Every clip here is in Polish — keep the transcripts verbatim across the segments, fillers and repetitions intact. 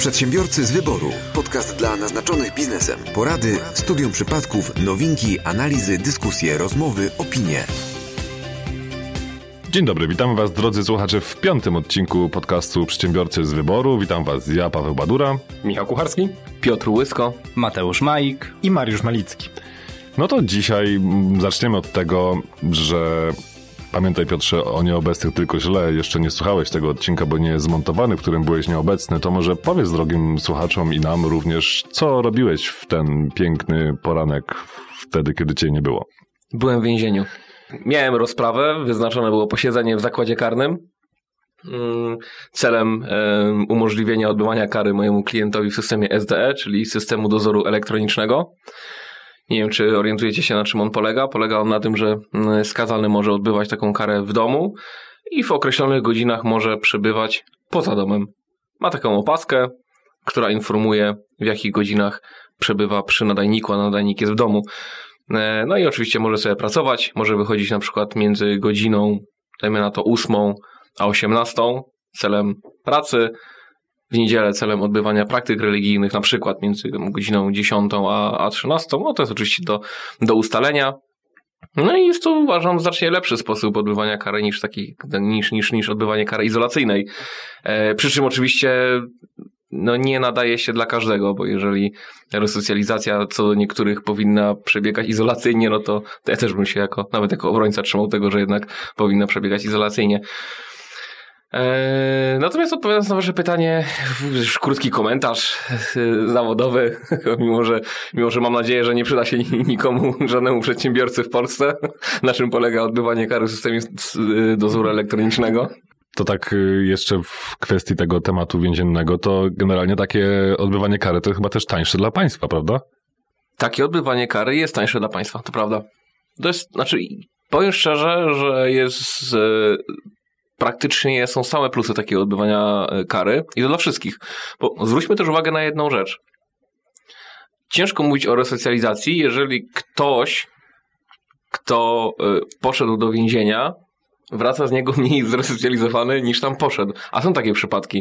Przedsiębiorcy z wyboru. Podcast dla naznaczonych biznesem. Porady, studium przypadków, nowinki, analizy, dyskusje, rozmowy, opinie. Dzień dobry, witam Was drodzy słuchacze w piątym odcinku podcastu Przedsiębiorcy z wyboru. Witam Was ja, Paweł Badura, Michał Kucharski, Piotr Łysko, Mateusz Majk i Mariusz Malicki. No to dzisiaj zaczniemy od tego, że pamiętaj, Piotrze, o nieobecnych tylko źle. Jeszcze nie słuchałeś tego odcinka, bo nie jest zmontowany, w którym byłeś nieobecny. To może powiedz drogim słuchaczom i nam również, co robiłeś w ten piękny poranek wtedy, kiedy cię nie było. Byłem w więzieniu. Miałem rozprawę, wyznaczone było posiedzenie w zakładzie karnym. Celem umożliwienia odbywania kary mojemu klientowi w systemie S D E, czyli systemu dozoru elektronicznego. Nie wiem, czy orientujecie się, na czym on polega. Polega on na tym, że skazany może odbywać taką karę w domu i w określonych godzinach może przebywać poza domem. Ma taką opaskę, która informuje, w jakich godzinach przebywa przy nadajniku, a nadajnik jest w domu. No i oczywiście może sobie pracować, może wychodzić na przykład między godziną, dajmy na to ósmą a osiemnastą celem pracy, w niedzielę celem odbywania praktyk religijnych, na przykład między godziną dziesiątą a trzynastą, no to jest oczywiście do, do ustalenia. No i jest to, uważam, znacznie lepszy sposób odbywania kary niż taki, niż, niż, niż odbywanie kary izolacyjnej. E, przy czym oczywiście no nie nadaje się dla każdego, bo jeżeli resocjalizacja co do niektórych powinna przebiegać izolacyjnie, no to, to ja też bym się jako, nawet jako obrońca trzymał tego, że jednak powinna przebiegać izolacyjnie. Eee, natomiast odpowiadając na wasze pytanie, już krótki komentarz e, zawodowy, mimo że, mimo że mam nadzieję, że nie przyda się nikomu, żadnemu przedsiębiorcy w Polsce, na czym polega odbywanie kary w systemie dozoru elektronicznego. To tak jeszcze w kwestii tego tematu więziennego, to generalnie takie odbywanie kary to chyba też tańsze dla państwa, prawda? Takie odbywanie kary jest tańsze dla państwa, to prawda. To jest, znaczy, powiem szczerze, że jest... E, praktycznie są same plusy takiego odbywania kary i to dla wszystkich. Bo zwróćmy też uwagę na jedną rzecz. Ciężko mówić o resocjalizacji, jeżeli ktoś, kto poszedł do więzienia, wraca z niego mniej zresocjalizowany niż tam poszedł. A są takie przypadki.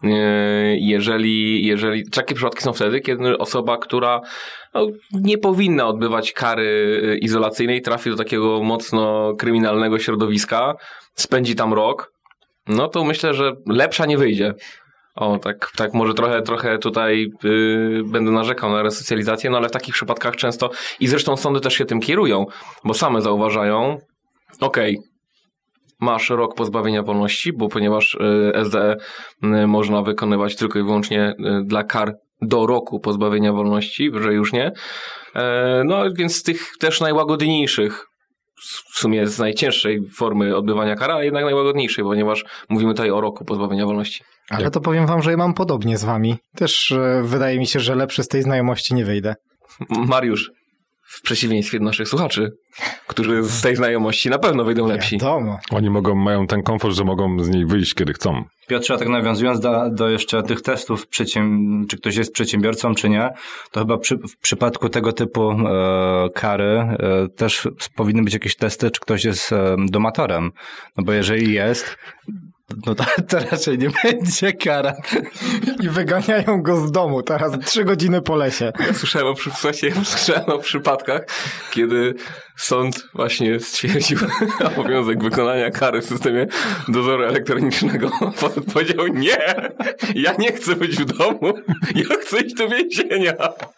Jeżeli, jeżeli takie przypadki są wtedy, kiedy osoba, która no, nie powinna odbywać kary izolacyjnej, trafi do takiego mocno kryminalnego środowiska, spędzi tam rok, no to myślę, że lepsza nie wyjdzie. O, tak, tak może trochę, trochę tutaj yy, będę narzekał na resocjalizację, no ale w takich przypadkach często, i zresztą sądy też się tym kierują, bo same zauważają, okej, okay, masz rok pozbawienia wolności, bo ponieważ S D E można wykonywać tylko i wyłącznie dla kar do roku pozbawienia wolności, że już nie. No więc z tych też najłagodniejszych, w sumie z najcięższej formy odbywania kary, ale jednak najłagodniejszej, ponieważ mówimy tutaj o roku pozbawienia wolności. Ale to powiem wam, że ja mam podobnie z wami. Też wydaje mi się, że lepszy z tej znajomości nie wyjdę. Mariusz, w przeciwieństwie do naszych słuchaczy, którzy z tej znajomości na pewno wyjdą lepsi. Wiadomo. Oni mogą, mają ten komfort, że mogą z niej wyjść, kiedy chcą. Piotrze, a tak nawiązując do, do jeszcze tych testów, przedsięb- czy ktoś jest przedsiębiorcą, czy nie, to chyba przy, w przypadku tego typu e, kary e, też powinny być jakieś testy, czy ktoś jest e, domatorem. No bo jeżeli jest, no to, to raczej nie będzie kara. I wyganiają go z domu teraz trzy godziny po lesie. Ja słyszałem o, słuchajcie, ja słyszałem o przypadkach, kiedy sąd właśnie stwierdził obowiązek wykonania kary w systemie dozoru elektronicznego. Potem powiedział, nie, ja nie chcę być w domu, ja chcę iść do więzienia.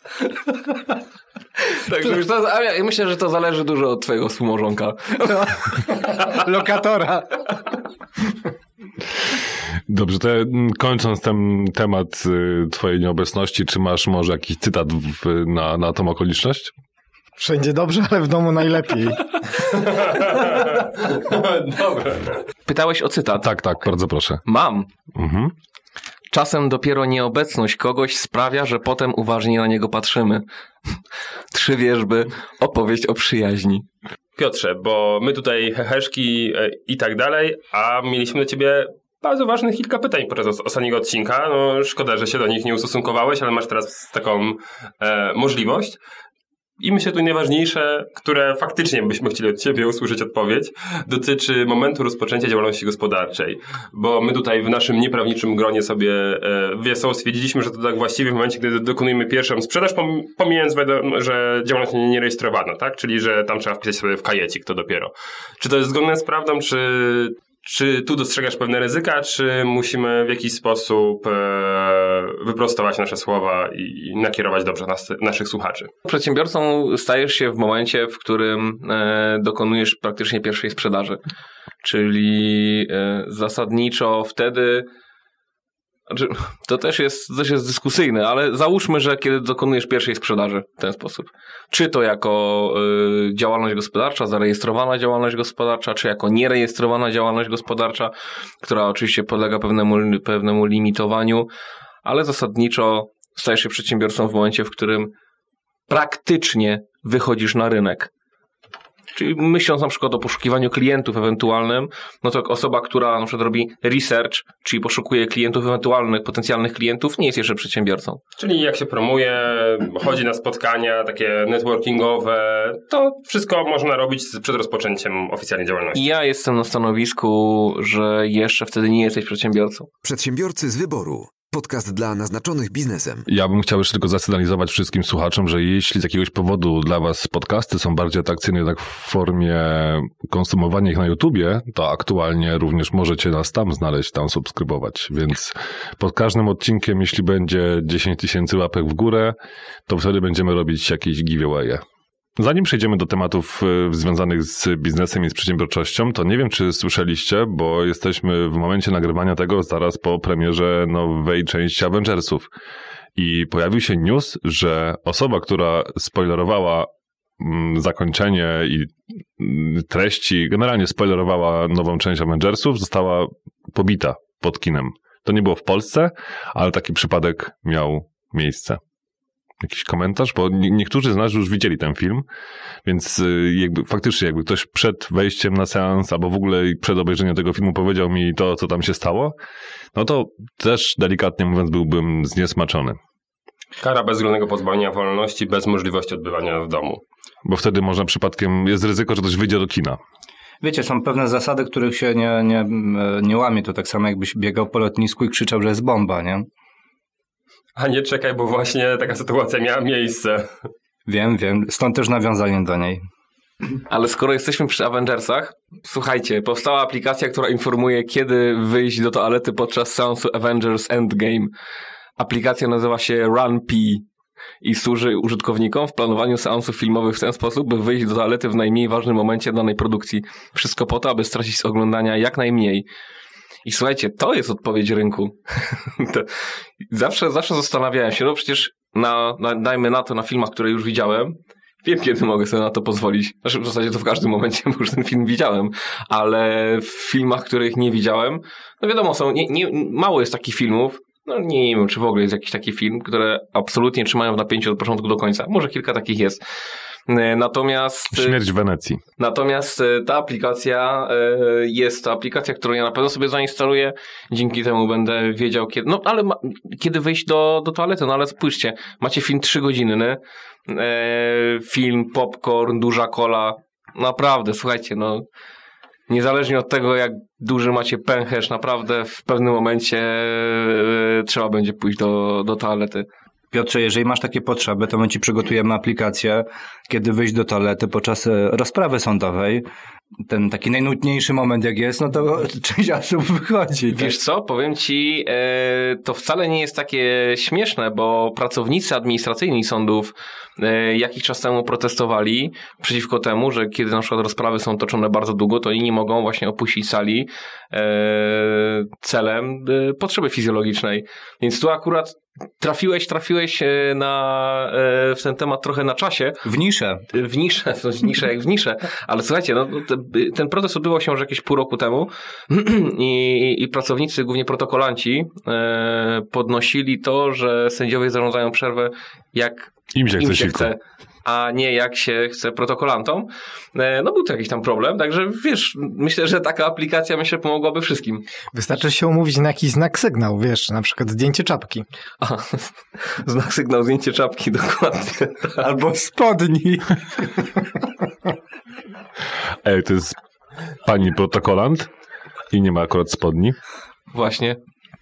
Także już to, a ja myślę, że to zależy dużo od twojego współmałżonka. No. Lokatora. Dobrze, to kończąc ten temat twojej nieobecności, czy masz może jakiś cytat w, na, na tą okoliczność? Wszędzie dobrze, ale w domu najlepiej. Dobra. Pytałeś o cytat. Tak, tak, bardzo proszę. Mam. Mhm. Czasem dopiero nieobecność kogoś sprawia, że potem uważnie na niego patrzymy. Trzy wierzby, opowieść o przyjaźni. Piotrze, bo my tutaj heheszki i tak dalej, a mieliśmy do ciebie bardzo ważnych kilka pytań podczas ostatniego odcinka. No szkoda, że się do nich nie ustosunkowałeś, ale masz teraz taką e, możliwość. I myślę, że tu najważniejsze, które faktycznie byśmy chcieli od Ciebie usłyszeć odpowiedź, dotyczy momentu rozpoczęcia działalności gospodarczej. Bo my tutaj w naszym nieprawniczym gronie sobie e, wesoło stwierdziliśmy, że to tak właściwie w momencie, gdy dokonujemy pierwszą sprzedaż, pomijając, że działalność nie nierejestrowana, tak? Czyli, że tam trzeba wpisać sobie w kajecik, to dopiero. Czy to jest zgodne z prawdą, czy... Czy tu dostrzegasz pewne ryzyka, czy musimy w jakiś sposób e, wyprostować nasze słowa i, i nakierować dobrze nas, naszych słuchaczy? Przedsiębiorcą stajesz się w momencie, w którym e, dokonujesz praktycznie pierwszej sprzedaży. Czyli e, zasadniczo wtedy... Znaczy, to też jest, też jest dyskusyjne, ale załóżmy, że kiedy dokonujesz pierwszej sprzedaży w ten sposób. Czy to jako y, działalność gospodarcza, zarejestrowana działalność gospodarcza, czy jako nierejestrowana działalność gospodarcza, która oczywiście podlega pewnemu, pewnemu limitowaniu, ale zasadniczo stajesz się przedsiębiorcą w momencie, w którym praktycznie wychodzisz na rynek. Czyli myśląc na przykład o poszukiwaniu klientów ewentualnym, no to osoba, która na przykład robi research, czyli poszukuje klientów ewentualnych, potencjalnych klientów, nie jest jeszcze przedsiębiorcą. Czyli jak się promuje, chodzi na spotkania takie networkingowe, to wszystko można robić przed rozpoczęciem oficjalnej działalności. Ja jestem na stanowisku, że jeszcze wtedy nie jesteś przedsiębiorcą. Przedsiębiorcy z wyboru. Podcast dla naznaczonych biznesem. Ja bym chciał jeszcze tylko zasygnalizować wszystkim słuchaczom, że jeśli z jakiegoś powodu dla was podcasty są bardziej atrakcyjne jednak w formie konsumowania ich na YouTubie, to aktualnie również możecie nas tam znaleźć, tam subskrybować. Więc pod każdym odcinkiem, jeśli będzie dziesięć tysięcy łapek w górę, to wtedy będziemy robić jakieś giveawaye. Zanim przejdziemy do tematów związanych z biznesem i z przedsiębiorczością, to nie wiem, czy słyszeliście, bo jesteśmy w momencie nagrywania tego zaraz po premierze nowej części Avengersów. I pojawił się news, że osoba, która spoilerowała zakończenie i treści, generalnie spoilerowała nową część Avengersów, została pobita pod kinem. To nie było w Polsce, ale taki przypadek miał miejsce. Jakiś komentarz? Bo niektórzy z nas już widzieli ten film, więc jakby faktycznie jakby ktoś przed wejściem na seans albo w ogóle przed obejrzeniem tego filmu powiedział mi to, co tam się stało, no to też delikatnie mówiąc byłbym zniesmaczony. Kara bezwzględnego pozbawienia wolności bez możliwości odbywania w domu. Bo wtedy można przypadkiem, jest ryzyko, że ktoś wyjdzie do kina. Wiecie, są pewne zasady, których się nie, nie, nie łamie. To tak samo jakbyś biegał po lotnisku i krzyczał, że jest bomba, nie? A nie czekaj, bo właśnie taka sytuacja miała miejsce. Wiem, wiem. Stąd też nawiązanie do niej. Ale skoro jesteśmy przy Avengersach, słuchajcie, powstała aplikacja, która informuje, kiedy wyjść do toalety podczas seansu Avengers Endgame. Aplikacja nazywa się RunP i służy użytkownikom w planowaniu seansów filmowych w ten sposób, by wyjść do toalety w najmniej ważnym momencie danej produkcji. Wszystko po to, aby stracić z oglądania jak najmniej. I słuchajcie, to jest odpowiedź rynku. to zawsze, zawsze zastanawiałem się, no przecież na, na, dajmy na to na filmach, które już widziałem, wiem, kiedy mogę sobie na to pozwolić. Znaczy w zasadzie to w każdym momencie, bo już ten film widziałem, ale w filmach, których nie widziałem, no wiadomo, są nie, nie, mało jest takich filmów, no nie, nie wiem, czy w ogóle jest jakiś taki film, które absolutnie trzymają w napięciu od początku do końca. Może kilka takich jest. Natomiast... Śmierć w Wenecji. Natomiast ta aplikacja jest to aplikacja, którą ja na pewno sobie zainstaluję. Dzięki temu będę wiedział, kiedy... No, ale ma, kiedy wyjść do, do toalety. No, ale spójrzcie, macie film trzy godziny, film, popcorn, duża cola. Naprawdę, słuchajcie, no... Niezależnie od tego, jak duży macie pęcherz, naprawdę w pewnym momencie yy, trzeba będzie pójść do, do toalety. Piotrze, jeżeli masz takie potrzeby, to my ci przygotujemy aplikację, kiedy wyjść do toalety podczas rozprawy sądowej. Ten taki najnudniejszy moment jak jest, no to część osób wychodzi. Wiesz tak? co, powiem ci, e, to wcale nie jest takie śmieszne, bo pracownicy administracyjni sądów e, jakiś czas temu protestowali przeciwko temu, że kiedy na przykład rozprawy są toczone bardzo długo, to oni nie mogą właśnie opuścić sali e, celem e, potrzeby fizjologicznej. Więc tu akurat trafiłeś, trafiłeś na, w ten temat trochę na czasie. W niszę. W niszę, w niszę jak w niszę. Ale słuchajcie, no, te, ten protest odbywał się już jakieś pół roku temu i, i pracownicy, głównie protokolanci, e, podnosili to, że sędziowie zarządzają przerwę jak Im się, im chce, się chce, a nie jak się chce protokolantom. No był to jakiś tam problem, także wiesz, myślę, że taka aplikacja myślę pomogłaby wszystkim. Wystarczy się umówić na jakiś znak sygnał, wiesz, na przykład zdjęcie czapki. Aha, znak sygnał, zdjęcie czapki, dokładnie. Albo spodni. Ej, to jest pani protokolant i nie ma akurat spodni. Właśnie.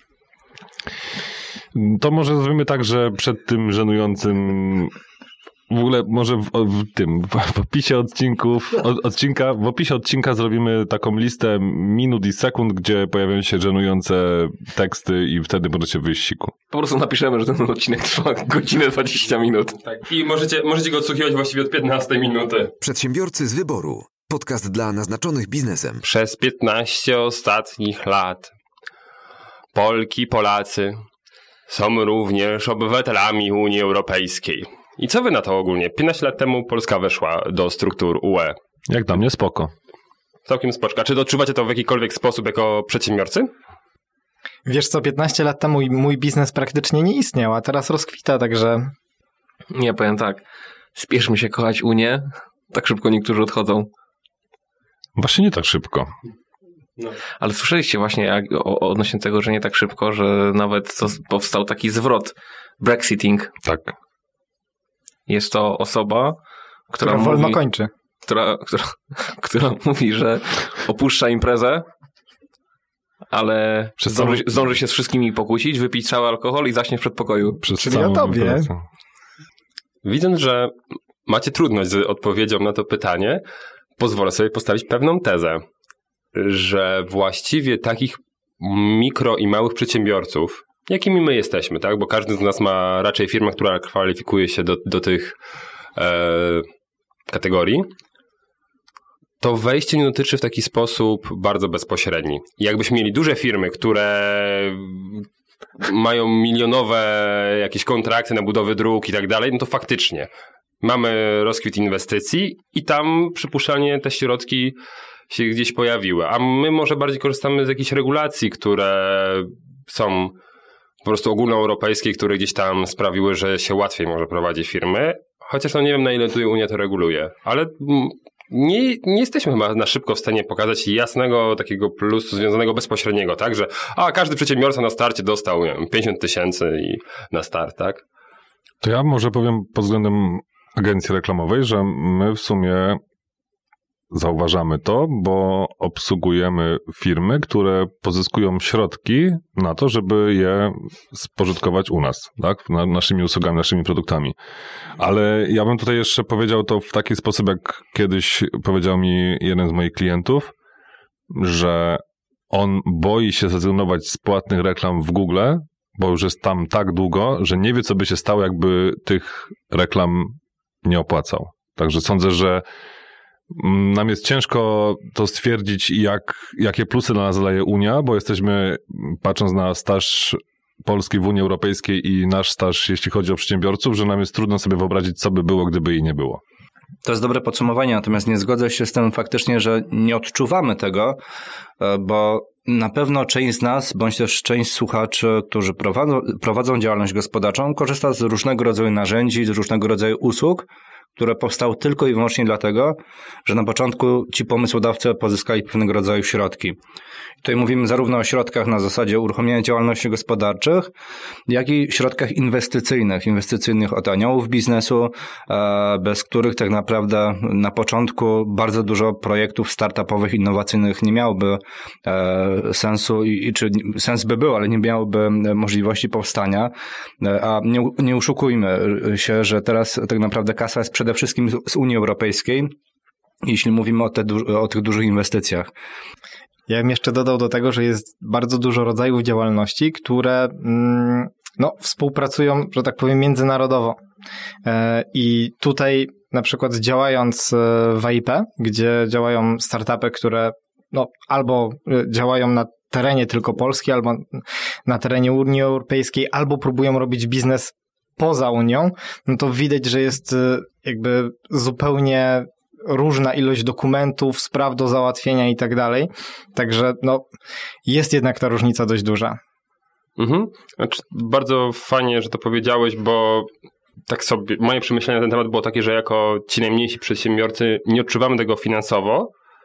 To może zrobimy tak, że przed tym żenującym... W ogóle może w, w tym, w, w opisie odcinków, od, odcinka, w opisie odcinka zrobimy taką listę minut i sekund, gdzie pojawią się żenujące teksty i wtedy możecie wyjść siku. Po prostu napiszemy, że ten odcinek trwa godzinę dwadzieścia minut. Tak. I możecie, możecie go odsłuchiwać właściwie od piętnastej minuty. Przedsiębiorcy z wyboru. Podcast dla naznaczonych biznesem. Przez piętnaście ostatnich lat Polki, Polacy są również obywatelami Unii Europejskiej. I co wy na to ogólnie? piętnaście lat temu Polska weszła do struktur U E. Jak dla mnie spoko. Całkiem spoczka. Czy odczuwacie to w jakikolwiek sposób jako przedsiębiorcy? Wiesz co, piętnaście lat temu mój biznes praktycznie nie istniał, a teraz rozkwita, także... Nie, powiem tak, spieszmy się kochać Unię, tak szybko niektórzy odchodzą. Właśnie nie tak szybko. No. Ale słyszeliście właśnie jak, o, odnośnie tego, że nie tak szybko, że nawet to powstał taki zwrot, Brexiting. Tak. Jest to osoba, która, która wolno mówi, kończy. Która, która, która mówi, że opuszcza imprezę, ale Przez zdąży, całą... zdąży się z wszystkimi pokłócić, wypić cały alkohol i zaśnie w przedpokoju. Przez Czyli o tobie. imprezę. Widząc, że macie trudność z odpowiedzią na to pytanie, pozwolę sobie postawić pewną tezę, że właściwie takich mikro i małych przedsiębiorców, jakimi my jesteśmy, tak? Bo każdy z nas ma raczej firmę, która kwalifikuje się do, do tych e, kategorii, to wejście nie dotyczy w taki sposób bardzo bezpośredni. Jakbyśmy mieli duże firmy, które mają milionowe jakieś kontrakty na budowę dróg i tak dalej, no to faktycznie mamy rozkwit inwestycji i tam przypuszczalnie te środki się gdzieś pojawiły. A my może bardziej korzystamy z jakichś regulacji, które są po prostu ogólnoeuropejskie, które gdzieś tam sprawiły, że się łatwiej może prowadzi firmy. Chociaż no nie wiem, na ile tutaj Unia to reguluje. Ale nie, nie jesteśmy chyba na szybko w stanie pokazać jasnego takiego plusu związanego bezpośredniego, tak? Że a każdy przedsiębiorca na starcie dostał nie wiem, pięćdziesiąt tysięcy i na start, tak? To ja może powiem pod względem agencji reklamowej, że my w sumie zauważamy to, bo obsługujemy firmy, które pozyskują środki na to, żeby je spożytkować u nas, tak? Na, naszymi usługami, naszymi produktami. Ale ja bym tutaj jeszcze powiedział to w taki sposób, jak kiedyś powiedział mi jeden z moich klientów, że on boi się zrezygnować z płatnych reklam w Google, bo już jest tam tak długo, że nie wie, co by się stało, jakby tych reklam nie opłacał. Także sądzę, że nam jest ciężko to stwierdzić, jak, jakie plusy dla nas daje Unia, bo jesteśmy, patrząc na staż Polski w Unii Europejskiej i nasz staż, jeśli chodzi o przedsiębiorców, że nam jest trudno sobie wyobrazić, co by było, gdyby jej nie było. To jest dobre podsumowanie, natomiast nie zgodzę się z tym faktycznie, że nie odczuwamy tego, bo na pewno część z nas, bądź też część słuchaczy, którzy prowadzą, prowadzą działalność gospodarczą, korzysta z różnego rodzaju narzędzi, z różnego rodzaju usług, które powstały tylko i wyłącznie dlatego, że na początku ci pomysłodawcy pozyskali pewnego rodzaju środki. Tutaj mówimy zarówno o środkach na zasadzie uruchomienia działalności gospodarczych, jak i środkach inwestycyjnych, inwestycyjnych od aniołów biznesu, bez których tak naprawdę na początku bardzo dużo projektów startupowych, innowacyjnych nie miałoby sensu, i czy sens by był, ale nie miałoby możliwości powstania. A nie, nie oszukujmy się, że teraz tak naprawdę kasa jest przede wszystkim z Unii Europejskiej, jeśli mówimy o, te, o tych dużych inwestycjach. Ja bym jeszcze dodał do tego, że jest bardzo dużo rodzajów działalności, które no, współpracują, że tak powiem, międzynarodowo. I tutaj na przykład działając w A I P, gdzie działają startupy, które no, albo działają na terenie tylko Polski, albo na terenie Unii Europejskiej, albo próbują robić biznes poza Unią, no to widać, że jest jakby zupełnie różna ilość dokumentów, spraw do załatwienia i tak dalej. Także no, jest jednak ta różnica dość duża. Mhm. Znaczy, bardzo fajnie, że to powiedziałeś, bo tak sobie, moje przemyślenie na ten temat było takie, że jako ci najmniejsi przedsiębiorcy nie odczuwamy tego finansowo,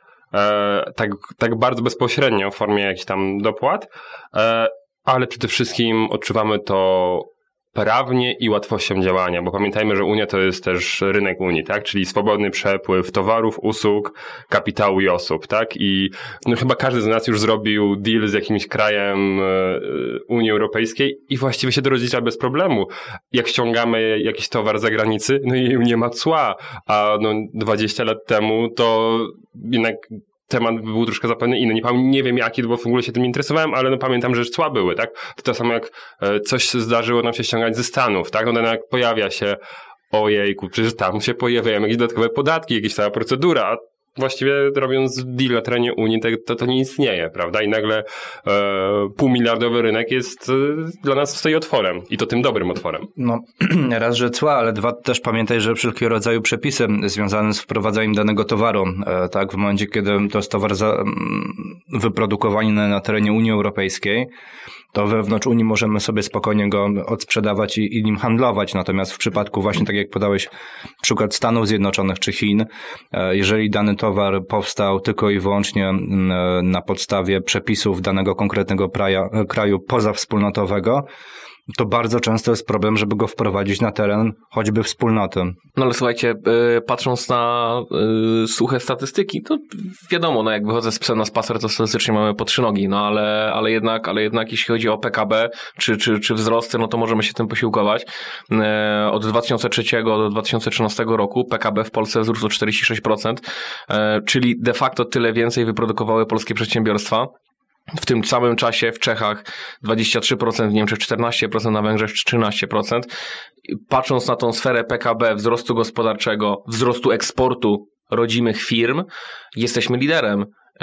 e, tak, tak bardzo bezpośrednio w formie jakichś tam dopłat, e, ale przede wszystkim odczuwamy to prawnie i łatwością działania, bo pamiętajmy, że Unia to jest też rynek Unii, tak? Czyli swobodny przepływ towarów, usług, kapitału i osób, tak? I no chyba każdy z nas już zrobił deal z jakimś krajem Unii Europejskiej i właściwie się to rozlicza bez problemu. Jak ściągamy jakiś towar z zagranicy, no i nie ma cła, a no dwadzieścia lat temu to jednak temat był troszkę zapewne inny. Nie, nie wiem jaki, bo w ogóle się tym nie interesowałem, ale no pamiętam, że cła były, tak? To to samo jak e, coś zdarzyło nam się ściągać ze Stanów, tak? No ten jak pojawia się, ojejku, przecież tam się pojawiają jakieś dodatkowe podatki, jakieś cała procedura, właściwie robiąc deal na terenie Unii, to, to nie istnieje, prawda? I nagle e, półmiliardowy rynek jest e, dla nas stoi otworem. I to tym dobrym otworem. No, raz, że cła, ale dwa, też pamiętaj, że wszelkiego rodzaju przepisy związane z wprowadzaniem danego towaru, e, tak, w momencie, kiedy to jest towar za, m, wyprodukowany na, na terenie Unii Europejskiej, to wewnątrz Unii możemy sobie spokojnie go odsprzedawać i, i nim handlować. Natomiast w przypadku właśnie, tak jak podałeś przykład Stanów Zjednoczonych czy Chin, jeżeli dany towar powstał tylko i wyłącznie na podstawie przepisów danego konkretnego kraja, kraju pozawspólnotowego, to bardzo często jest problem, żeby go wprowadzić na teren choćby wspólnoty. No ale słuchajcie, yy, patrząc na yy, suche statystyki, to wiadomo, no jak wychodzę z psem na spacer, to statystycznie mamy po trzy nogi, no ale, ale jednak, ale jednak jeśli chodzi o P K B czy, czy, czy wzrosty, no to możemy się tym posiłkować. Yy, od dwa tysiące trzeciego do dwa tysiące trzynastego roku P K B w Polsce wzrósł o czterdzieści sześć procent, yy, czyli de facto tyle więcej wyprodukowały polskie przedsiębiorstwa. W tym samym czasie w Czechach dwadzieścia trzy procent, w Niemczech czternaście procent, na Węgrzech trzynaście procent. Patrząc na tą sferę P K B, wzrostu gospodarczego, wzrostu eksportu rodzimych firm, jesteśmy liderem.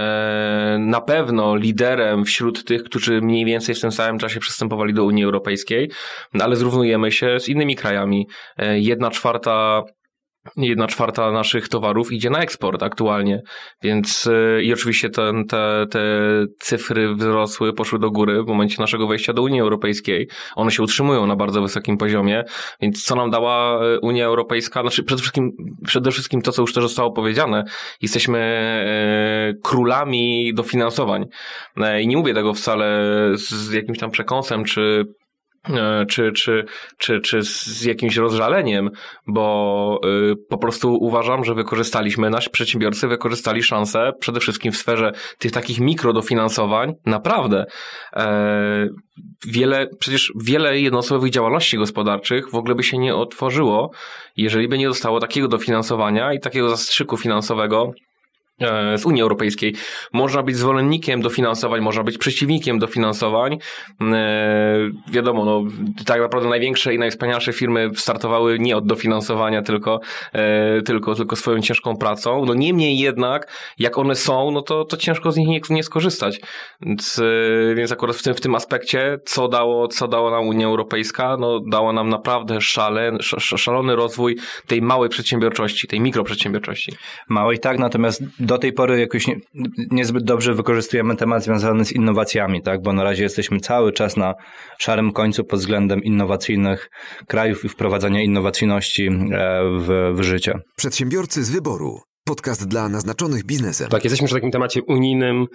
Na pewno liderem wśród tych, którzy mniej więcej w tym samym czasie przystępowali do Unii Europejskiej, ale zrównujemy się z innymi krajami. Jedna czwarta Jedna czwarta naszych towarów idzie na eksport aktualnie, więc yy, i oczywiście ten, te, te cyfry wzrosły, poszły do góry w momencie naszego wejścia do Unii Europejskiej. One się utrzymują na bardzo wysokim poziomie, więc co nam dała Unia Europejska? Znaczy przede wszystkim, przede wszystkim to, co już też zostało powiedziane, jesteśmy yy, królami dofinansowań. Yy, I nie mówię tego wcale z jakimś tam przekąsem, czy Czy, czy, czy, czy z jakimś rozżaleniem, bo y, po prostu uważam, że wykorzystaliśmy, nasi przedsiębiorcy wykorzystali szansę przede wszystkim w sferze tych takich mikrodofinansowań. Naprawdę e, wiele, przecież wiele jednoosobowych działalności gospodarczych w ogóle by się nie otworzyło, jeżeli by nie dostało takiego dofinansowania i takiego zastrzyku finansowego z Unii Europejskiej. Można być zwolennikiem dofinansowań, można być przeciwnikiem dofinansowań. E, wiadomo, no, tak naprawdę największe i najwspanialsze firmy startowały nie od dofinansowania, tylko, e, tylko, tylko swoją ciężką pracą. No niemniej jednak, jak one są, no to, to ciężko z nich nie, nie skorzystać. Więc, e, więc akurat w tym, w tym aspekcie, co dało, co dała nam Unia Europejska? No, dała nam naprawdę szale, sz, szalony rozwój tej małej przedsiębiorczości, tej mikroprzedsiębiorczości. Małej tak, natomiast do tej pory jakoś nie, niezbyt dobrze wykorzystujemy temat związany z innowacjami, tak? Bo na razie jesteśmy cały czas na szarym końcu pod względem innowacyjnych krajów i wprowadzania innowacyjności w, w życie. Przedsiębiorcy z wyboru. Podcast dla naznaczonych biznesem. Tak, jesteśmy przy takim temacie unijnym.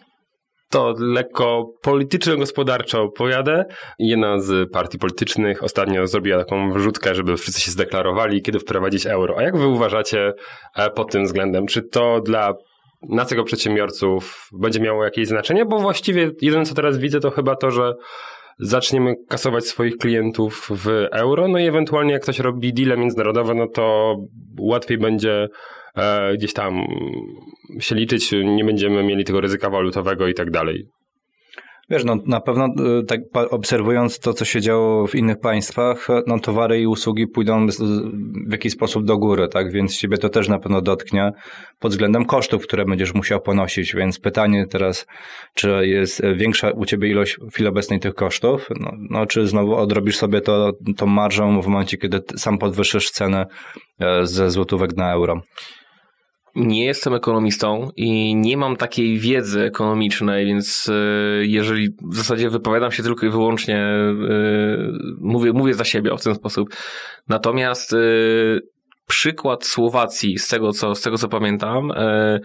To lekko polityczno-gospodarczo opowiadę. Jedna z partii politycznych ostatnio zrobiła taką wrzutkę, żeby wszyscy się zdeklarowali, kiedy wprowadzić euro. A jak wy uważacie pod tym względem? Czy to dla nas jako przedsiębiorców będzie miało jakieś znaczenie? Bo właściwie jedyne, co teraz widzę, to chyba to, że zaczniemy kasować swoich klientów w euro, no i ewentualnie jak ktoś robi deale międzynarodowe, no to łatwiej będzie e, gdzieś tam się liczyć, nie będziemy mieli tego ryzyka walutowego i tak dalej. Wiesz, no na pewno tak obserwując to, co się działo w innych państwach, no towary i usługi pójdą w jakiś sposób do góry, tak? Więc ciebie to też na pewno dotknie pod względem kosztów, które będziesz musiał ponosić. Więc pytanie teraz, czy jest większa u ciebie ilość w chwili obecnej tych kosztów, no, no czy znowu odrobisz sobie to, tą marżą w momencie, kiedy sam podwyższysz cenę ze złotówek na euro. Nie jestem ekonomistą i nie mam takiej wiedzy ekonomicznej, więc jeżeli w zasadzie wypowiadam się tylko i wyłącznie, mówię, mówię za siebie w ten sposób. Natomiast przykład Słowacji, z tego co, z tego co pamiętam,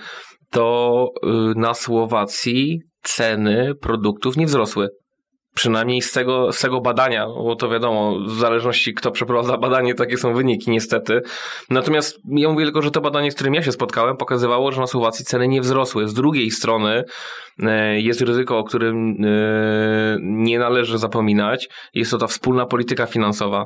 to na Słowacji ceny produktów nie wzrosły. Przynajmniej z tego, z tego badania, bo to wiadomo, w zależności kto przeprowadza badanie, takie są wyniki niestety. Natomiast ja mówię tylko, że to badanie, z którym ja się spotkałem, pokazywało, że na Słowacji ceny nie wzrosły. Z drugiej strony jest ryzyko, o którym nie należy zapominać. Jest to ta wspólna polityka finansowa.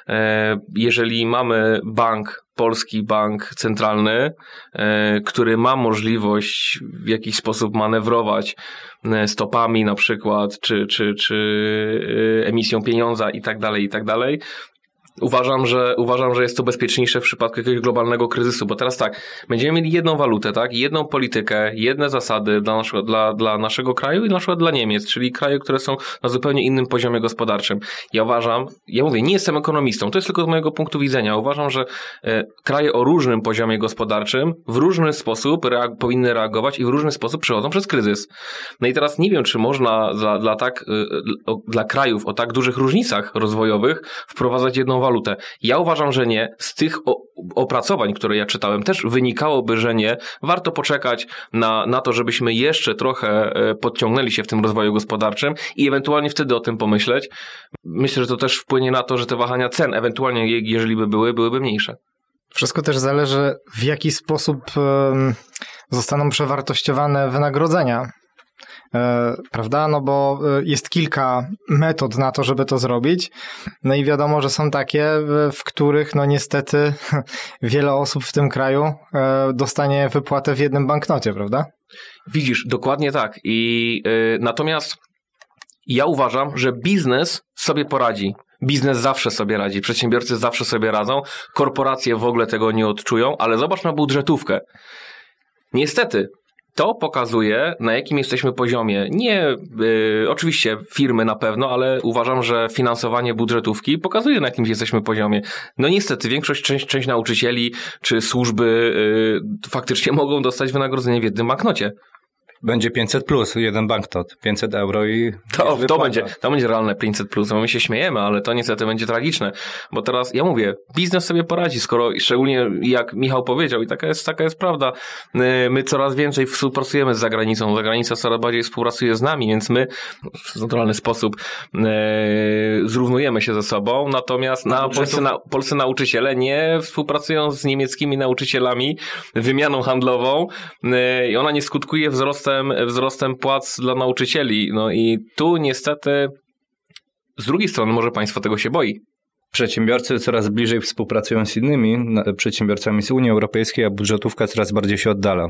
Jeżeli mamy bank, polski bank centralny, który ma możliwość w jakiś sposób manewrować stopami na przykład, czy, czy, czy emisją pieniądza i tak dalej, i tak dalej. Uważam, że uważam, że jest to bezpieczniejsze w przypadku jakiegoś globalnego kryzysu, bo teraz tak, będziemy mieli jedną walutę, tak, jedną politykę, jedne zasady dla naszego, dla, dla naszego kraju i na przykład dla Niemiec, czyli kraje, które są na zupełnie innym poziomie gospodarczym. Ja uważam, ja mówię, nie jestem ekonomistą, to jest tylko z mojego punktu widzenia. Uważam, że e, kraje o różnym poziomie gospodarczym w różny sposób reag- powinny reagować i w różny sposób przechodzą przez kryzys. No i teraz nie wiem, czy można dla, dla tak, e, o, dla krajów o tak dużych różnicach rozwojowych wprowadzać jedną walutę. walutę. Ja uważam, że nie. Z tych opracowań, które ja czytałem, też wynikałoby, że nie. Warto poczekać na, na to, żebyśmy jeszcze trochę podciągnęli się w tym rozwoju gospodarczym i ewentualnie wtedy o tym pomyśleć. Myślę, że to też wpłynie na to, że te wahania cen, ewentualnie jeżeli by były, byłyby mniejsze. Wszystko też zależy, w jaki sposób um, zostaną przewartościowane wynagrodzenia. E, prawda? No bo jest kilka metod na to, żeby to zrobić. No i wiadomo, że są takie, w których no niestety wiele osób w tym kraju e, dostanie wypłatę w jednym banknocie, prawda? Widzisz, dokładnie tak. I y, natomiast ja uważam, że biznes sobie poradzi. Biznes zawsze sobie radzi, przedsiębiorcy zawsze sobie radzą, korporacje w ogóle tego nie odczują, ale zobacz na budżetówkę. Niestety, to pokazuje, na jakim jesteśmy poziomie. Nie, y, oczywiście firmy na pewno, ale uważam, że finansowanie budżetówki pokazuje, na jakim jesteśmy poziomie. No niestety, większość, część, część nauczycieli czy służby y, faktycznie mogą dostać wynagrodzenie w jednym banknocie. Będzie pięćset plus, jeden banknot, pięćset euro i... To, to, będzie, to będzie realne pięćset plus, bo my się śmiejemy, ale to niestety będzie tragiczne, bo teraz, ja mówię, biznes sobie poradzi, skoro, szczególnie jak Michał powiedział, i taka jest, taka jest prawda, my coraz więcej współpracujemy z zagranicą, zagranica coraz bardziej współpracuje z nami, więc my w naturalny sposób e, zrównujemy się ze sobą, natomiast na polscy, na, polscy nauczyciele nie współpracują z niemieckimi nauczycielami, wymianą handlową e, i ona nie skutkuje wzrostem wzrostem płac dla nauczycieli. No i tu niestety z drugiej strony może państwo tego się boi. Przedsiębiorcy coraz bliżej współpracują z innymi przedsiębiorcami z Unii Europejskiej, a budżetówka coraz bardziej się oddala.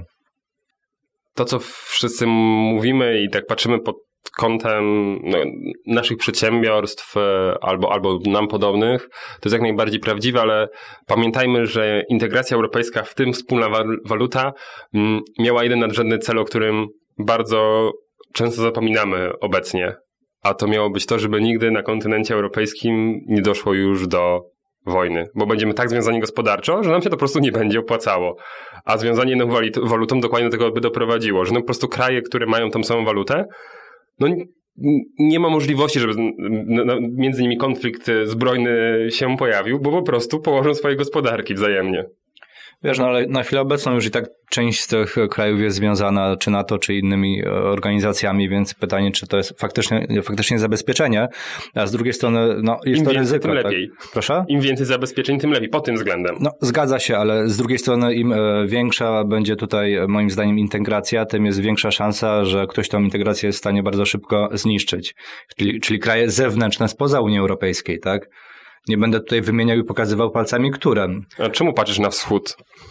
To, co wszyscy mówimy i tak patrzymy pod kątem no, naszych przedsiębiorstw albo, albo nam podobnych, to jest jak najbardziej prawdziwe, ale pamiętajmy, że integracja europejska, w tym wspólna waluta, m, miała jeden nadrzędny cel, o którym bardzo często zapominamy obecnie, a to miało być to, żeby nigdy na kontynencie europejskim nie doszło już do wojny, bo będziemy tak związani gospodarczo, że nam się to po prostu nie będzie opłacało. A związanie jedną walutą dokładnie do tego by doprowadziło, że no po prostu kraje, które mają tą samą walutę, no nie ma możliwości, żeby między nimi konflikt zbrojny się pojawił, bo po prostu położą swoje gospodarki wzajemnie. Wiesz, no ale na chwilę obecną już i tak część z tych krajów jest związana czy NATO, czy innymi organizacjami, więc pytanie, czy to jest faktycznie, faktycznie zabezpieczenie, a z drugiej strony no, jest Im to więcej, ryzyko. tym tak? lepiej. Proszę? Im więcej zabezpieczeń, tym lepiej, pod tym względem. No, zgadza się, ale z drugiej strony im większa będzie tutaj moim zdaniem integracja, tym jest większa szansa, że ktoś tą integrację jest w stanie bardzo szybko zniszczyć. Czyli, czyli kraje zewnętrzne spoza Unii Europejskiej, tak? Nie będę tutaj wymieniał i pokazywał palcami, które. A czemu patrzysz na wschód?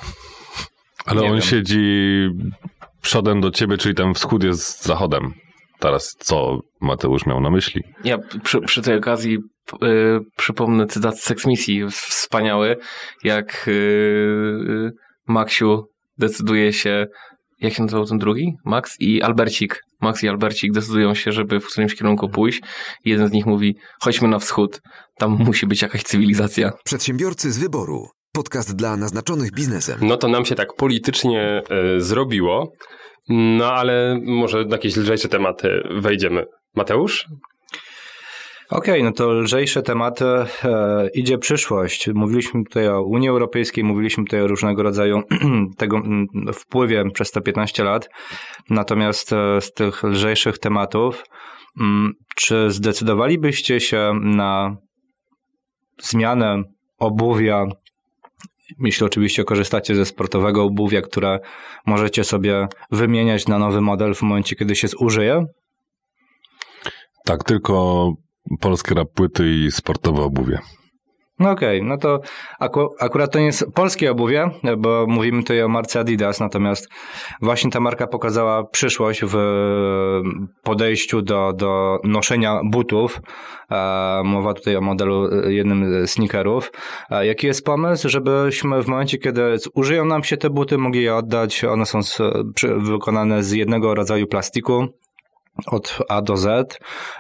Ale Nie on wiem. siedzi przodem do ciebie, czyli ten wschód jest zachodem. Teraz co Mateusz miał na myśli? Ja przy, przy tej okazji y, przypomnę cytat z Seksmisji, wspaniały, jak y, y, Maksiu decyduje się, jak się nazywał ten drugi? Max i Albercik. Max i Albercik decydują się, żeby w którymś kierunku pójść. Jeden z nich mówi, chodźmy na wschód, tam musi być jakaś cywilizacja. Przedsiębiorcy z wyboru. Podcast dla naznaczonych biznesem. No to nam się tak politycznie y, zrobiło, no ale może na jakieś lżejsze tematy wejdziemy. Mateusz? Okej, okay, no to lżejsze tematy, e, idzie przyszłość. Mówiliśmy tutaj o Unii Europejskiej, mówiliśmy tutaj o różnego rodzaju tego m, wpływie przez te piętnaście lat. Natomiast e, z tych lżejszych tematów, m, czy zdecydowalibyście się na zmianę obuwia, jeśli oczywiście korzystacie ze sportowego obuwia, które możecie sobie wymieniać na nowy model w momencie, kiedy się zużyje? Tak, tylko polskie rap płyty i sportowe obuwie. No okej, okay, no to aku- akurat to nie jest polskie obuwie, bo mówimy tutaj o marce Adidas, natomiast właśnie ta marka pokazała przyszłość w podejściu do, do noszenia butów. E, mowa tutaj o modelu jednym sneakerów. E, jaki jest pomysł, żebyśmy w momencie, kiedy zużyją nam się te buty, mogli je oddać? One są z, przy, wykonane z jednego rodzaju plastiku, od A do Z.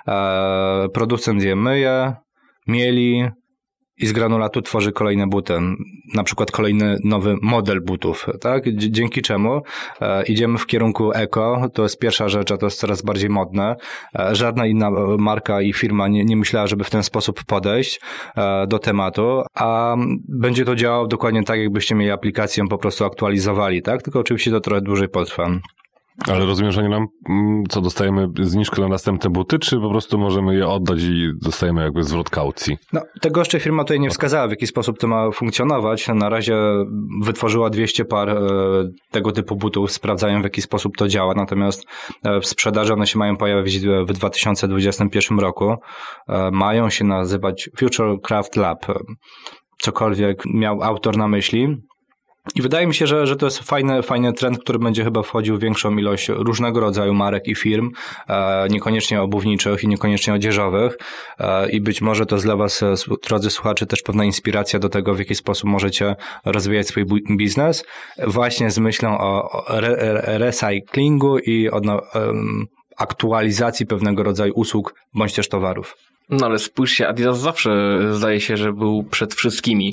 E, producent je myje, mieli i z granulatu tworzy kolejne buty, na przykład kolejny nowy model butów, tak? Dzięki czemu e, idziemy w kierunku eko, to jest pierwsza rzecz, a to jest coraz bardziej modne. E, żadna inna marka i firma nie, nie myślała, żeby w ten sposób podejść e, do tematu, a będzie to działało dokładnie tak, jakbyście mieli aplikację, po prostu aktualizowali, tak? Tylko oczywiście to trochę dłużej potrwa. Ale rozumiem, że nie nam, co, dostajemy zniżkę na następne buty, czy po prostu możemy je oddać i dostajemy jakby zwrot kaucji? No, tego jeszcze firma tutaj nie wskazała, w jaki sposób to ma funkcjonować. Na razie wytworzyła dwieście par e, tego typu butów, sprawdzają, w jaki sposób to działa, natomiast e, w sprzedaży one się mają pojawić w dwa tysiące dwudziestym pierwszym roku. E, mają się nazywać Future Craft Lab. Cokolwiek miał autor na myśli. I wydaje mi się, że, że to jest fajny, fajny trend, który będzie chyba wchodził w większą ilość różnego rodzaju marek i firm, e, niekoniecznie obuwniczych i niekoniecznie odzieżowych. E, I być może to jest dla was, drodzy słuchacze, też pewna inspiracja do tego, w jaki sposób możecie rozwijać swój bu- biznes, właśnie z myślą o, o re, re, recyklingu i o no, um, aktualizacji pewnego rodzaju usług bądź też towarów. No ale spójrzcie, Adidas zawsze zdaje się, że był przed wszystkimi.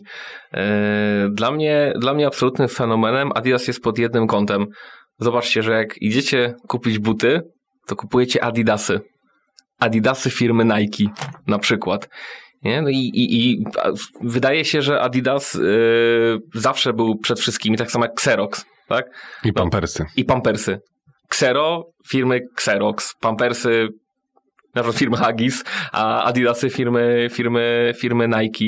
Dla mnie, dla mnie absolutnym fenomenem Adidas jest pod jednym kątem. Zobaczcie, że jak idziecie kupić buty, to kupujecie Adidasy. Adidasy firmy Nike na przykład. Nie? No i, i, i wydaje się, że Adidas yy, zawsze był przed wszystkimi, tak samo jak Xerox. Tak? I Pampersy. No, i Pampersy. Xero firmy Xerox, Pampersy na przykład firmy Huggies, a Adidasy firmy, firmy, firmy Nike.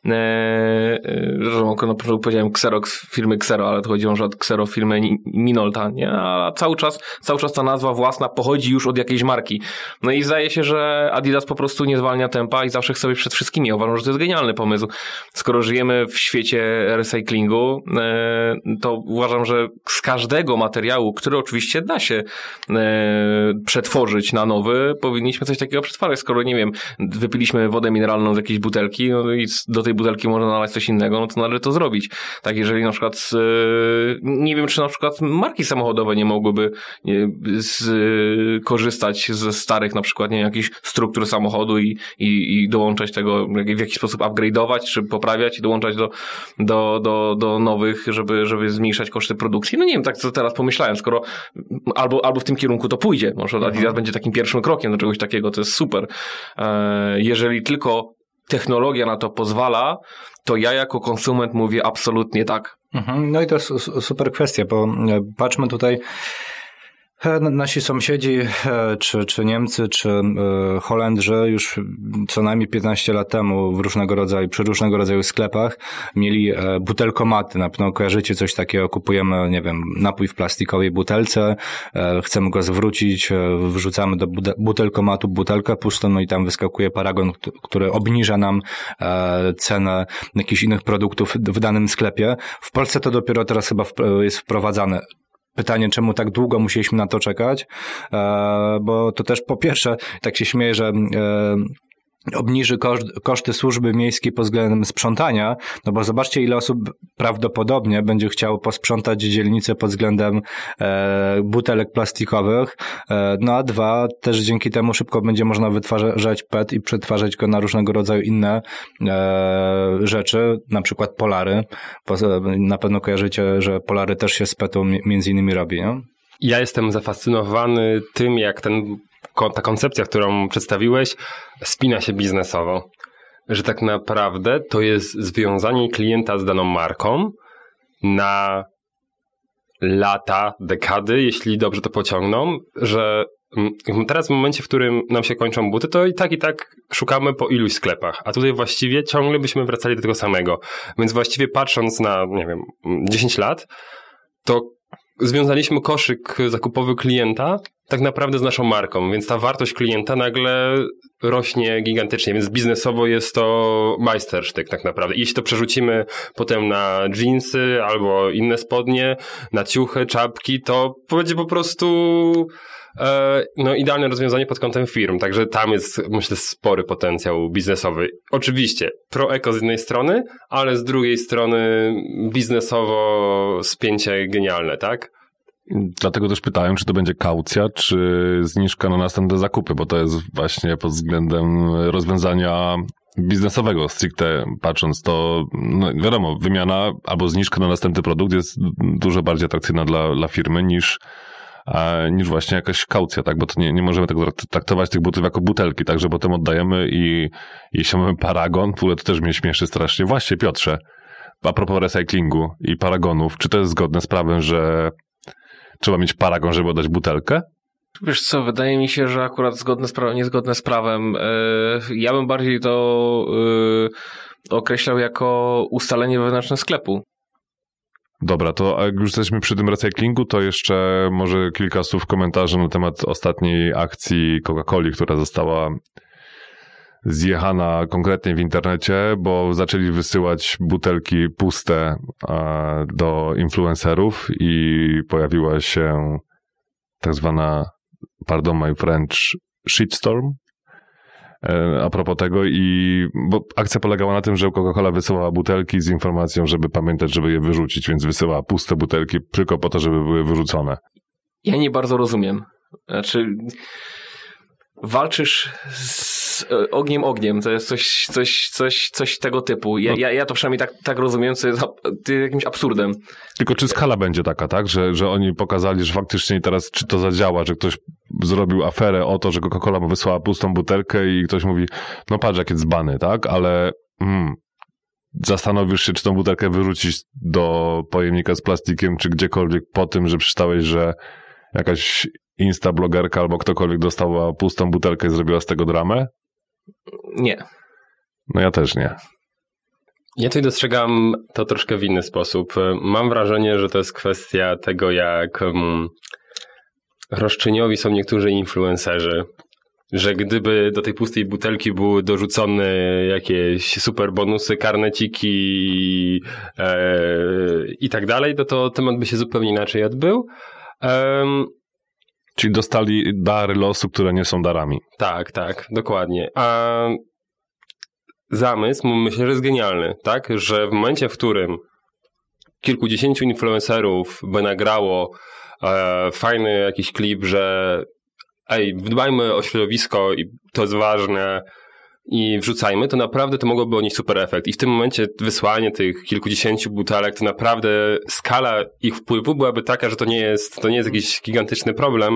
Zresztą na początku powiedziałem Xerox firmy Xero, ale to chodzi o Xero firmy Minolta, nie? A cały czas, cały czas ta nazwa własna pochodzi już od jakiejś marki. No i zdaje się, że Adidas po prostu nie zwalnia tempa i zawsze chce być przed wszystkimi. Ja uważam, że to jest genialny pomysł. Skoro żyjemy w świecie recyklingu, to uważam, że z każdego materiału, który oczywiście da się przetworzyć na nowy, powinniśmy coś takiego przetwarzać. Skoro, nie wiem, wypiliśmy wodę mineralną z jakiejś butelki, no i do tej butelki można nalać coś innego, no to należy to zrobić. Tak, jeżeli na przykład z, nie wiem, czy na przykład marki samochodowe nie mogłyby nie, z, korzystać ze starych na przykład, nie wiem, jakichś struktur samochodu i, i, i dołączać tego, w jakiś sposób upgrade'ować, czy poprawiać i dołączać do, do, do, do nowych, żeby, żeby zmniejszać koszty produkcji. No nie wiem, tak co teraz pomyślałem, skoro albo, albo w tym kierunku to pójdzie. Może Adidas mhm. będzie takim pierwszym krokiem do czegoś takiego, to jest super. Jeżeli tylko technologia na to pozwala, to ja jako konsument mówię absolutnie tak. Mhm. No i to jest super kwestia, bo patrzmy tutaj, nasi sąsiedzi, czy, czy Niemcy, czy Holendrzy już co najmniej piętnaście lat temu w różnego rodzaju, przy różnego rodzaju sklepach mieli butelkomaty. Na pewno kojarzycie coś takiego, kupujemy, nie wiem, napój w plastikowej butelce, chcemy go zwrócić, wrzucamy do butelkomatu butelkę pustą, no i tam wyskakuje paragon, który obniża nam cenę jakichś innych produktów w danym sklepie. W Polsce to dopiero teraz chyba jest wprowadzane. Pytanie, czemu tak długo musieliśmy na to czekać, e, bo to też po pierwsze, tak się śmieję, że e, obniży koszt, koszty służby miejskiej pod względem sprzątania, no bo zobaczcie, ile osób prawdopodobnie będzie chciało posprzątać dzielnicę pod względem e, butelek plastikowych, e, no a dwa, też dzięki temu szybko będzie można wytwarzać P E T i przetwarzać go na różnego rodzaju inne e, rzeczy, na przykład polary. Po, na pewno kojarzycie, że polary też się z P E T-u między innymi robi, nie? Ja jestem zafascynowany tym, jak ten, ta koncepcja, którą przedstawiłeś, spina się biznesowo. Że tak naprawdę to jest związanie klienta z daną marką na lata, dekady, jeśli dobrze to pociągną, że teraz w momencie, w którym nam się kończą buty, to i tak, i tak szukamy po iluś sklepach, a tutaj właściwie ciągle byśmy wracali do tego samego. Więc właściwie patrząc na, nie wiem, dziesięć lat, to związaliśmy koszyk zakupowy klienta tak naprawdę z naszą marką, więc ta wartość klienta nagle rośnie gigantycznie, więc biznesowo jest to majstersztyk tak naprawdę. I jeśli to przerzucimy potem na dżinsy albo inne spodnie, na ciuchy, czapki, to będzie po prostu e, no, idealne rozwiązanie pod kątem firm. Także tam jest, myślę, spory potencjał biznesowy. Oczywiście pro-eko z jednej strony, ale z drugiej strony biznesowo spięcie genialne, tak? Dlatego też pytałem, czy to będzie kaucja, czy zniżka na następne zakupy, bo to jest właśnie pod względem rozwiązania biznesowego, stricte patrząc, to no wiadomo, wymiana albo zniżka na następny produkt jest dużo bardziej atrakcyjna dla, dla firmy niż, a, niż właśnie jakaś kaucja, tak? Bo to nie, nie możemy tego traktować tych butów jako butelki, tak? Że potem oddajemy i jeśli mamy paragon, w ogóle to też mnie śmieszy strasznie. Właśnie, Piotrze, a propos recyklingu i paragonów, czy to jest zgodne z prawem, że trzeba mieć paragon, żeby oddać butelkę? Wiesz co, wydaje mi się, że akurat zgodne z prawem, niezgodne z prawem. Ja bym bardziej to określał jako ustalenie wewnętrzne sklepu. Dobra, to jak już jesteśmy przy tym recyklingu, to jeszcze może kilka słów komentarzy na temat ostatniej akcji Coca-Coli, która została zjechana konkretnie w internecie, bo zaczęli wysyłać butelki puste do influencerów i pojawiła się tak zwana, pardon my French, shitstorm a propos tego i bo akcja polegała na tym, że Coca-Cola wysyłała butelki z informacją, żeby pamiętać, żeby je wyrzucić, więc wysyłała puste butelki tylko po to, żeby były wyrzucone. Ja nie bardzo rozumiem. Znaczy walczysz z ogniem ogniem, to jest coś, coś, coś, coś tego typu. Ja, ja, ja to przynajmniej tak, tak rozumiem, co jest jakimś absurdem. Tylko czy skala będzie taka, tak? Że, że oni pokazali, że faktycznie teraz czy to zadziała, że ktoś zrobił aferę o to, że Coca-Cola mu wysłała pustą butelkę i ktoś mówi, no patrz jakie dzbany, tak? Ale mm, zastanowisz się, czy tą butelkę wyrzucić do pojemnika z plastikiem, czy gdziekolwiek po tym, że przeczytałeś, że jakaś instablogerka albo ktokolwiek dostała pustą butelkę i zrobiła z tego dramę? Nie. No ja też nie. Ja tutaj dostrzegam to troszkę w inny sposób. Mam wrażenie, że to jest kwestia tego, jak um, roszczeniowi są niektórzy influencerzy. Że gdyby do tej pustej butelki były dorzucone jakieś super bonusy, karneciki e, i tak dalej, to, to temat by się zupełnie inaczej odbył. Um, Czyli dostali dary losu, które nie są darami. Tak, tak, dokładnie. A zamysł, myślę, że jest genialny, tak? Że w momencie, w którym kilkudziesięciu influencerów by nagrało e, fajny jakiś klip, że ej, dbajmy o środowisko i to jest ważne i wrzucajmy, to naprawdę to mogłoby odnieść super efekt. I w tym momencie wysłanie tych kilkudziesięciu butelek, to naprawdę skala ich wpływu byłaby taka, że to nie jest, to nie jest jakiś gigantyczny problem.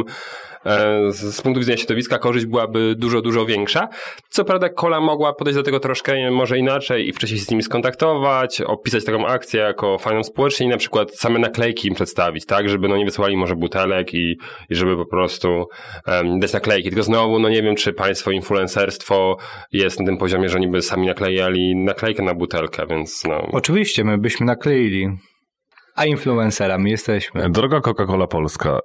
Z punktu widzenia środowiska korzyść byłaby dużo, dużo większa. Co prawda Cola mogła podejść do tego troszkę może inaczej i wcześniej się z nimi skontaktować, opisać taką akcję jako fajną społecznie i na przykład same naklejki im przedstawić, tak, żeby no nie wysłali może butelek i, i żeby po prostu um, dać naklejki. Tylko znowu, no nie wiem, czy państwo influencerstwo jest na tym poziomie, że oni by sami naklejali naklejkę na butelkę, więc no. Oczywiście, my byśmy nakleili. A influencerami jesteśmy. Droga Coca-Cola Polska,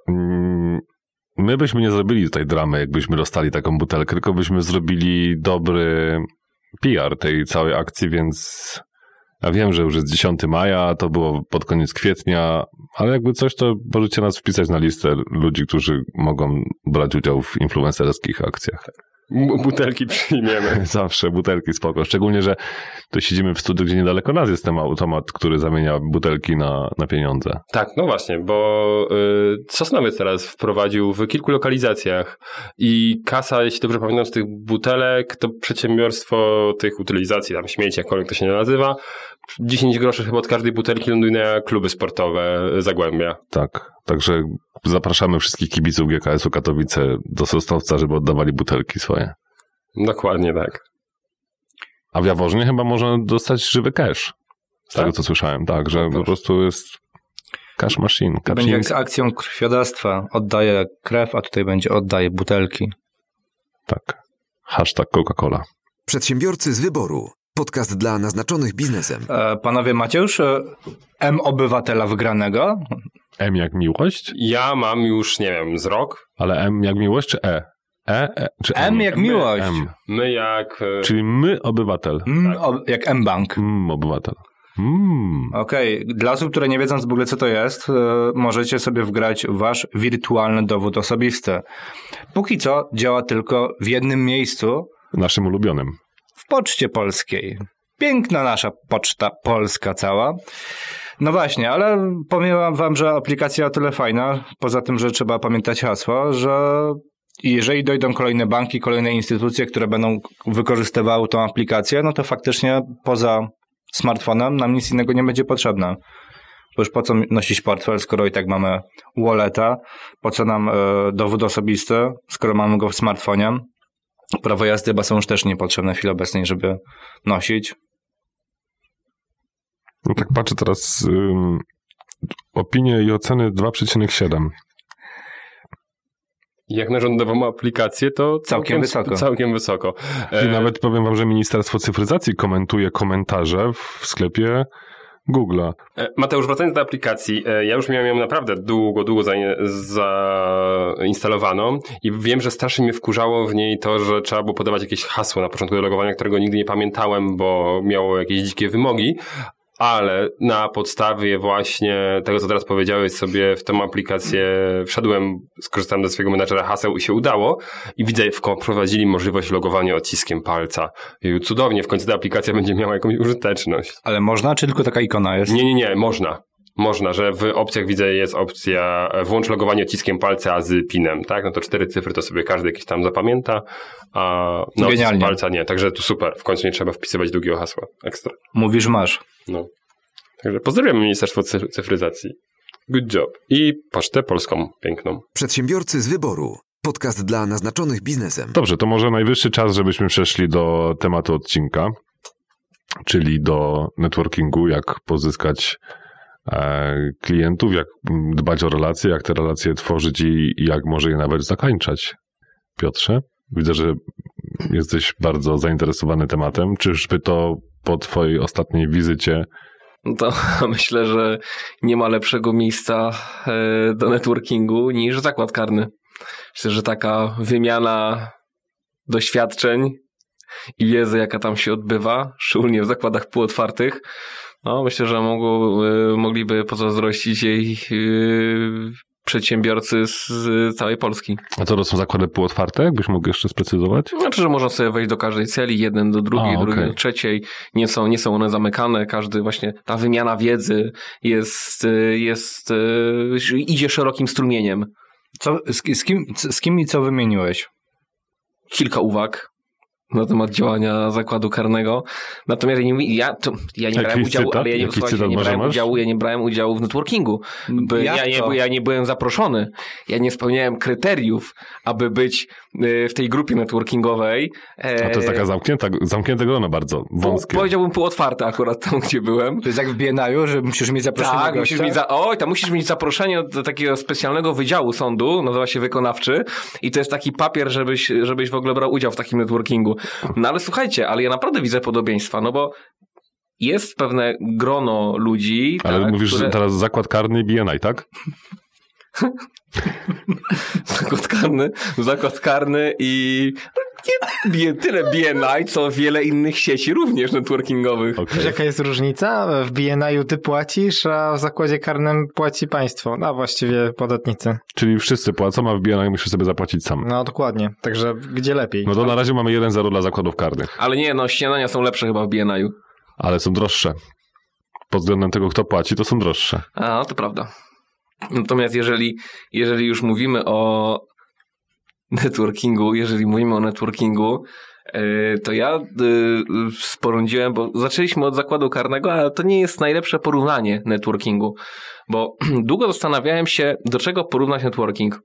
my byśmy nie zrobili tej dramy, jakbyśmy dostali taką butelkę, tylko byśmy zrobili dobry P R tej całej akcji, więc ja wiem, że już jest dziesiątego maja, to było pod koniec kwietnia, ale jakby coś, to możecie nas wpisać na listę ludzi, którzy mogą brać udział w influencerskich akcjach. Butelki przyjmiemy. Zawsze butelki, spoko. Szczególnie, że tu siedzimy w studiu, gdzie niedaleko nas jest ten automat, który zamienia butelki na, na pieniądze. Tak, no właśnie, bo y, Sosnowiec teraz wprowadził w kilku lokalizacjach i kasa, jeśli dobrze pamiętam, z tych butelek, to przedsiębiorstwo tych utylizacji, tam śmieci, jakkolwiek to się nie nazywa, dziesięć groszy chyba od każdej butelki ląduje na kluby sportowe Zagłębia. Tak, także zapraszamy wszystkich kibiców G K S-u Katowice do Sosnowca, żeby oddawali butelki swoje. Dokładnie tak. A w Jaworznie chyba można dostać żywy cash. Z Tak? tego, co słyszałem. Tak, że No, po prostu jest cash machine. To będzie jak z akcją krwiodawstwa. Oddaję krew, a tutaj będzie oddaję butelki. Tak. Hashtag Coca-Cola. Przedsiębiorcy z wyboru. Podcast dla naznaczonych biznesem. E, panowie, macie już e, M-obywatela wygranego? M jak miłość, Ja mam już, nie wiem, z rok. ale M jak miłość czy E? E, e czy M? M jak miłość. M. My jak... y, Czyli my obywatel. M, o, jak M-bank. Mm, obywatel. Mm. Okej, dla osób, które nie wiedzą w ogóle co to jest, e, możecie sobie wgrać wasz wirtualny dowód osobisty. Póki co działa tylko w jednym miejscu, Naszym ulubionym. w Poczcie Polskiej. Piękna nasza Poczta Polska cała. No właśnie, ale powiem wam, że aplikacja o tyle fajna, poza tym, że trzeba pamiętać hasło, że jeżeli dojdą kolejne banki, kolejne instytucje, które będą wykorzystywały tą aplikację, no to faktycznie poza smartfonem nam nic innego nie będzie potrzebne. Bo już po co nosić portfel, skoro i tak mamy walleta, po co nam e, dowód osobisty, skoro mamy go w smartfonie. Prawo jazdy chyba są już też niepotrzebne w chwili obecnej, żeby nosić. No tak patrzę teraz ym, opinie i oceny dwa przecinek siedem. Jak na rządową aplikację, to całkiem, Całkiem wysoko. Całkiem wysoko. I E, nawet powiem wam, że Ministerstwo Cyfryzacji komentuje komentarze w sklepie Google'a. E, Mateusz, wracając do aplikacji, e, ja już miałem ją naprawdę długo, długo zainstalowaną i wiem, że strasznie mnie wkurzało w niej to, że trzeba było podawać jakieś hasło na początku do logowania, którego nigdy nie pamiętałem, bo miało jakieś dzikie wymogi. Ale na podstawie właśnie tego, co teraz powiedziałeś, sobie w tę aplikację wszedłem, skorzystałem ze swojego menadżera haseł i się udało. I widzę, wprowadzili możliwość logowania odciskiem palca. I cudownie, w końcu ta aplikacja będzie miała jakąś użyteczność. Ale można, czy tylko taka ikona jest? Nie, nie, nie, można. Można, że w opcjach widzę jest opcja włącz logowanie odciskiem palca z pinem, tak? No to cztery cyfry to sobie każdy jakiś tam zapamięta, a na odcisk palca nie. Także tu super, w końcu nie trzeba wpisywać długiego hasła. Ekstra. Mówisz, masz. No. Także pozdrawiam Ministerstwo Cyfryzacji. Good job. I Pocztę Polską piękną. Przedsiębiorcy z wyboru. Podcast dla naznaczonych biznesem. Dobrze, to może najwyższy czas, żebyśmy przeszli do tematu odcinka, czyli do networkingu, jak pozyskać e, klientów, jak dbać o relacje, jak te relacje tworzyć i, i jak może je nawet zakańczać. Piotrze, widzę, że jesteś bardzo zainteresowany tematem. Czyżby to po twojej ostatniej wizycie No to myślę, że nie ma lepszego miejsca e, do networkingu niż zakład karny. Myślę, że taka wymiana doświadczeń i wiedzy, jaka tam się odbywa, szczególnie w zakładach półotwartych, no myślę, że mogło, e, mogliby pozazdrościć jej e, przedsiębiorcy z całej Polski. A co to są zakłady półotwarte? Jakbyś mógł jeszcze sprecyzować? Znaczy, że można sobie wejść do każdej celi, jeden do drugiej, A, drugi okay. do trzeciej. Nie są, nie są one zamykane. Każdy właśnie, ta wymiana wiedzy jest, jest, idzie szerokim strumieniem. Co, z, z, kim, z kim i co wymieniłeś? Kilka uwag na temat działania zakładu karnego. Natomiast ja nie, ja, to, ja nie Jaki brałem udziału, cytat? ale ja nie, Jaki słuchajcie, cytat nie może brałem masz? udziału, ja nie brałem udziału w networkingu. By, Jak ja, nie, to? ja nie byłem zaproszony. Ja nie spełniałem kryteriów, aby być y, w tej grupie networkingowej. A to jest taka zamknięta, zamknięte grono bardzo wąskie. Powiedziałbym półotwarte akurat tam, gdzie byłem. To jest jak w B N I-u, że musisz mieć zaproszenie Tak, do musisz gościa? mieć za, oj, tam musisz mieć zaproszenie do takiego specjalnego wydziału sądu, nazywa się wykonawczy i to jest taki papier, żebyś, żebyś w ogóle brał udział w takim networkingu. No ale słuchajcie, ale ja naprawdę widzę podobieństwa, no bo jest pewne grono ludzi... Ale tak, mówisz, które... że teraz zakład karny i B N I, tak? zakład karny, zakład karny i Nie, bie, tyle B N I, co wiele innych sieci również networkingowych. Okay. Wiesz, jaka jest różnica? W B N I-u ty płacisz, a w zakładzie karnym płaci państwo. No właściwie podatnicy. Czyli wszyscy płacą, a w B N I musisz sobie zapłacić sam. No dokładnie. Także gdzie lepiej? No to na razie mamy jeden zero dla zakładów karnych. Ale nie, no śniadania są lepsze chyba w B N I-u. Ale są droższe. Pod względem tego, kto płaci, to są droższe. A, no to prawda. Natomiast jeżeli, jeżeli już mówimy o networkingu, jeżeli mówimy o networkingu, to ja sporządziłem, bo zaczęliśmy od zakładu karnego, ale to nie jest najlepsze porównanie networkingu, bo długo zastanawiałem się, do czego porównać networking.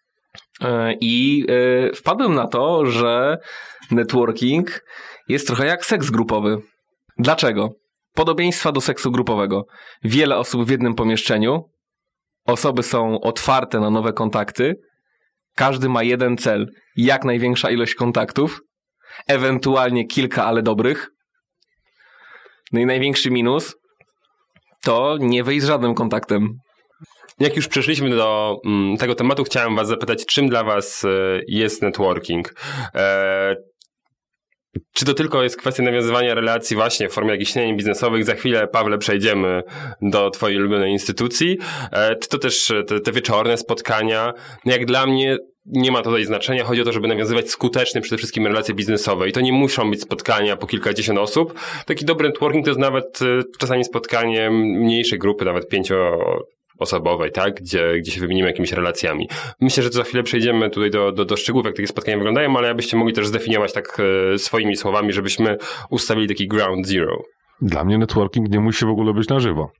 I wpadłem na to, że networking jest trochę jak seks grupowy. Dlaczego? Podobieństwa do seksu grupowego. Wiele osób w jednym pomieszczeniu, osoby są otwarte na nowe kontakty, każdy ma jeden cel, jak największa ilość kontaktów, ewentualnie kilka, ale dobrych. No i największy minus to nie wyjść z żadnym kontaktem. Jak już przeszliśmy do mm, tego tematu, chciałem was zapytać, czym dla was y, jest networking? E, Czy to tylko jest kwestia nawiązywania relacji właśnie w formie jakichś śniadania biznesowych? Za chwilę, Pawle, przejdziemy do twojej ulubionej instytucji. Czy to też te, te wieczorne spotkania? Jak dla mnie nie ma tutaj znaczenia. Chodzi o to, żeby nawiązywać skutecznie przede wszystkim relacje biznesowe. I to nie muszą być spotkania po kilkadziesiąt osób. Taki dobry networking to jest nawet czasami spotkanie mniejszej grupy, nawet pięcio osobowej, tak? Gdzie, gdzie się wymienimy jakimiś relacjami. Myślę, że to za chwilę przejdziemy tutaj do, do, do szczegółów, jak takie spotkania wyglądają, ale abyście mogli też zdefiniować tak e, swoimi słowami, żebyśmy ustawili taki ground zero. Dla mnie networking nie musi w ogóle być na żywo.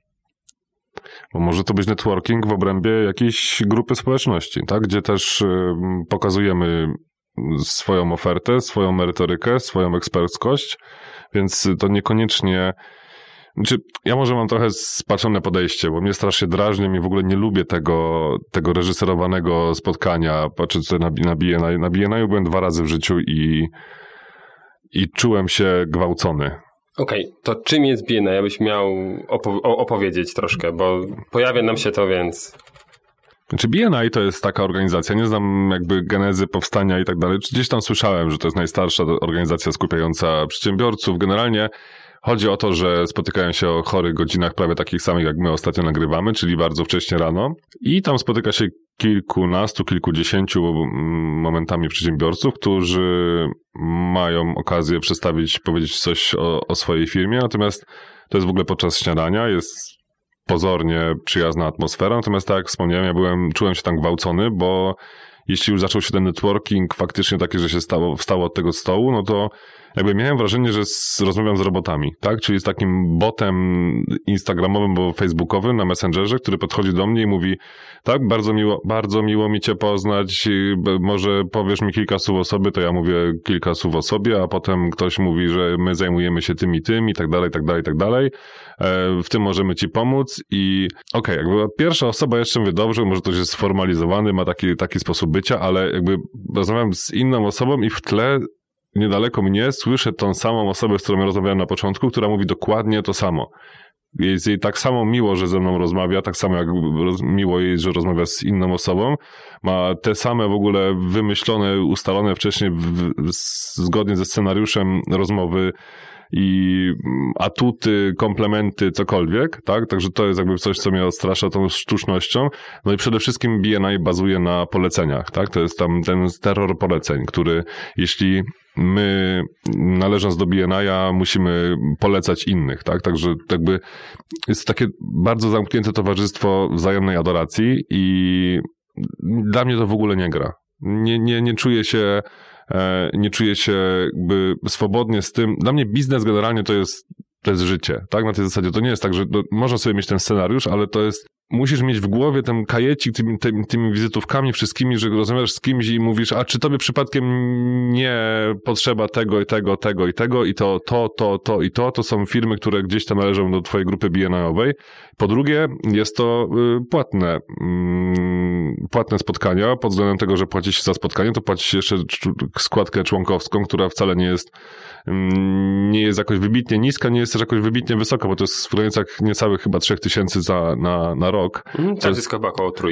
Bo może to być networking w obrębie jakiejś grupy społeczności, tak? Gdzie też y, pokazujemy swoją ofertę, swoją merytorykę, swoją eksperckość, więc to niekoniecznie... Znaczy, ja może mam trochę spaczone podejście, bo mnie strasznie drażni, i w ogóle nie lubię tego, tego reżyserowanego spotkania. Patrzę tutaj na, na B N I. Na B N I byłem dwa razy w życiu i, i czułem się gwałcony. Okej, okay, to czym jest B N I? Ja byś miał opo- opowiedzieć troszkę, bo pojawia nam się to, więc... Znaczy B N I to jest taka organizacja, nie znam jakby genezy powstania i tak dalej. Gdzieś tam słyszałem, że to jest najstarsza organizacja skupiająca przedsiębiorców. Generalnie chodzi o to, że spotykają się o chorych godzinach prawie takich samych, jak my ostatnio nagrywamy, czyli bardzo wcześnie rano. I tam spotyka się kilkunastu, kilkudziesięciu momentami przedsiębiorców, którzy mają okazję przedstawić, powiedzieć coś o, o swojej firmie. Natomiast to jest w ogóle podczas śniadania, jest pozornie przyjazna atmosfera. Natomiast tak jak wspomniałem, ja byłem, czułem się tam gwałcony, bo jeśli już zaczął się ten networking faktycznie taki, że się stało, wstało od tego stołu, no to jakby miałem wrażenie, że z, rozmawiam z robotami, tak? Czyli z takim botem instagramowym, bo facebookowym na Messengerze, który podchodzi do mnie i mówi, tak, bardzo miło, bardzo miło mi cię poznać, może powiesz mi kilka słów o sobie, to ja mówię kilka słów o sobie, a potem ktoś mówi, że my zajmujemy się tym i tym i tak dalej, i tak dalej, i tak dalej. W tym możemy ci pomóc i okej, okay, jakby pierwsza osoba jeszcze mówię, dobrze, może to jest sformalizowany, ma taki, taki sposób bycia, ale jakby rozmawiam z inną osobą i w tle niedaleko mnie słyszę tą samą osobę, z którą rozmawiałem na początku, która mówi dokładnie to samo. Jest jej tak samo miło, że ze mną rozmawia, tak samo jak miło jej, że rozmawia z inną osobą. Ma te same w ogóle wymyślone, ustalone wcześniej w, w, zgodnie ze scenariuszem rozmowy i atuty, komplementy, cokolwiek, tak? Także to jest jakby coś, co mnie odstrasza tą sztucznością. No i przede wszystkim B N I bazuje na poleceniach, tak? To jest tam ten terror poleceń, który jeśli my należąc do B N I-a musimy polecać innych, tak? Także jakby jest takie bardzo zamknięte towarzystwo wzajemnej adoracji i dla mnie to w ogóle nie gra. Nie, nie, nie czuję się nie czuję się jakby swobodnie z tym. Dla mnie biznes generalnie to jest, to jest życie, tak? Na tej zasadzie to nie jest tak, że to, można sobie mieć ten scenariusz, ale to jest, musisz mieć w głowie ten kajecik tymi, tymi, tymi wizytówkami wszystkimi, że rozmawiasz z kimś i mówisz, a czy tobie przypadkiem nie potrzeba tego i tego, tego i tego i to, to, to, to i to, to są firmy, które gdzieś tam należą do twojej grupy B N I-owej. Po drugie, jest to y, płatne, y, płatne spotkania, pod względem tego, że płaci się za spotkanie, to płaci się jeszcze składkę członkowską, która wcale nie jest y, nie jest jakoś wybitnie niska, nie jest też jakoś wybitnie wysoka, bo to jest w granicach niecałych chyba trzech tysięcy za, na, na rok. Mm, to jest chyba około trójki.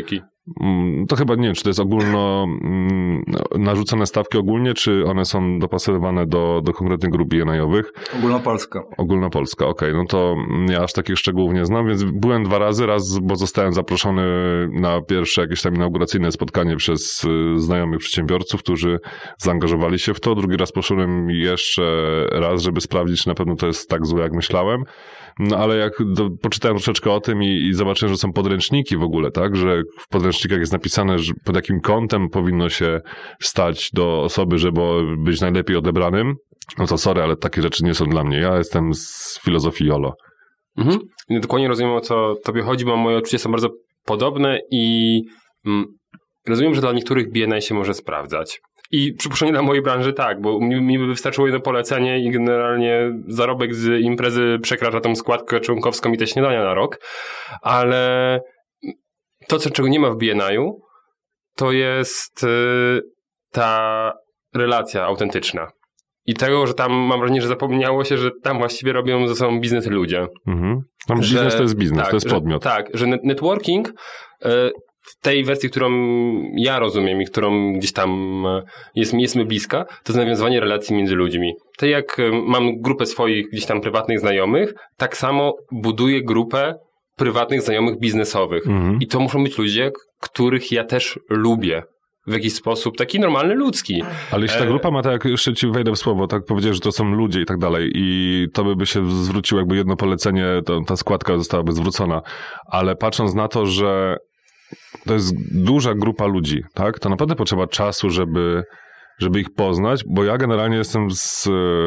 To chyba nie wiem, czy to jest ogólno narzucone stawki ogólnie, czy one są dopasowywane do, do konkretnych grup B N I-owych? Ogólnopolska. Ogólnopolska, okej. Okay. No to ja aż takich szczegółów nie znam, więc byłem dwa razy. Raz, bo zostałem zaproszony na pierwsze jakieś tam inauguracyjne spotkanie przez znajomych przedsiębiorców, którzy zaangażowali się w to. Drugi raz poszedłem jeszcze raz, żeby sprawdzić, czy na pewno to jest tak złe, jak myślałem. No ale jak do, poczytałem troszeczkę o tym i, i zobaczyłem, że są podręczniki w ogóle, tak, że w podręcznikach jest napisane, że pod jakim kątem powinno się stać do osoby, żeby być najlepiej odebranym, no to sorry, ale takie rzeczy nie są dla mnie. Ja jestem z filozofii YOLO. Mhm. Dokładnie rozumiem, o co tobie chodzi, bo moje odczucia są bardzo podobne i mm, rozumiem, że dla niektórych B N I się może sprawdzać. I przypuszczenie dla mojej branży tak, bo mi, mi by wystarczyło jedno polecenie i generalnie zarobek z imprezy przekracza tą składkę członkowską i te śniadania na rok, ale to, co, czego nie ma w B N I-u, to jest y, ta relacja autentyczna. I tego, że tam mam wrażenie, że zapomniało się, że tam właściwie robią ze sobą biznes ludzie. Mhm. Tam że, biznes to jest biznes, tak, to jest podmiot. Że, tak, że networking y, w tej wersji, którą ja rozumiem i którą gdzieś tam jest, jest mi bliska, to jest nawiązywanie relacji między ludźmi. Tak jak mam grupę swoich gdzieś tam prywatnych znajomych, tak samo buduję grupę prywatnych znajomych biznesowych. Mhm. I to muszą być ludzie, których ja też lubię. W jakiś sposób, taki normalny, ludzki. Ale jeśli ta grupa ma, tak jak jeszcze ci wejdę w słowo, tak powiedziałeś, że to są ludzie i tak dalej i to by, by się zwróciło jakby jedno polecenie, to, ta składka zostałaby zwrócona. Ale patrząc na to, że to jest duża grupa ludzi, tak? To naprawdę potrzeba czasu, żeby, żeby ich poznać, bo ja generalnie jestem z,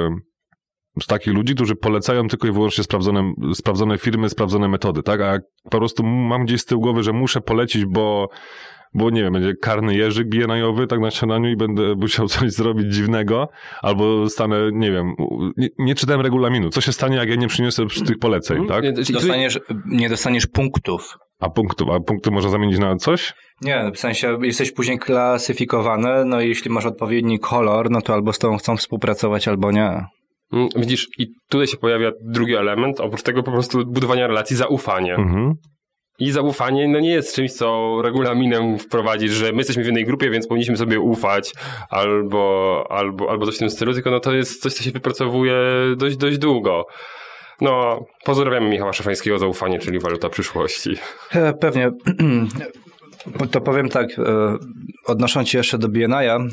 z takich ludzi, którzy polecają tylko i wyłącznie sprawdzone, sprawdzone firmy, sprawdzone metody, tak? A jak po prostu mam gdzieś z tyłu głowy, że muszę polecić, bo bo nie wiem, będzie karny jeżyk B N I-owy tak na śniadaniu i będę musiał coś zrobić dziwnego, albo stanę, nie wiem, nie, nie czytałem regulaminu. Co się stanie, jak ja nie przyniosę tych poleceń, tak? Nie dostaniesz, nie dostaniesz punktów. A punktów? A punkty można zamienić na coś? Nie, w sensie jesteś później klasyfikowany, no i jeśli masz odpowiedni kolor, no to albo z tobą chcą współpracować, albo nie. Widzisz, i tutaj się pojawia drugi element, oprócz tego po prostu budowania relacji, zaufanie. Mhm. I zaufanie no nie jest czymś, co regulaminem wprowadzić, że my jesteśmy w jednej grupie, więc powinniśmy sobie ufać albo, albo, albo coś w tym stylu, tylko no to jest coś, co się wypracowuje dość, dość długo. No, pozdrawiamy Michała Szefańskiego, zaufanie, czyli waluta przyszłości. Pewnie. To powiem tak, odnosząc się jeszcze do B N I-a,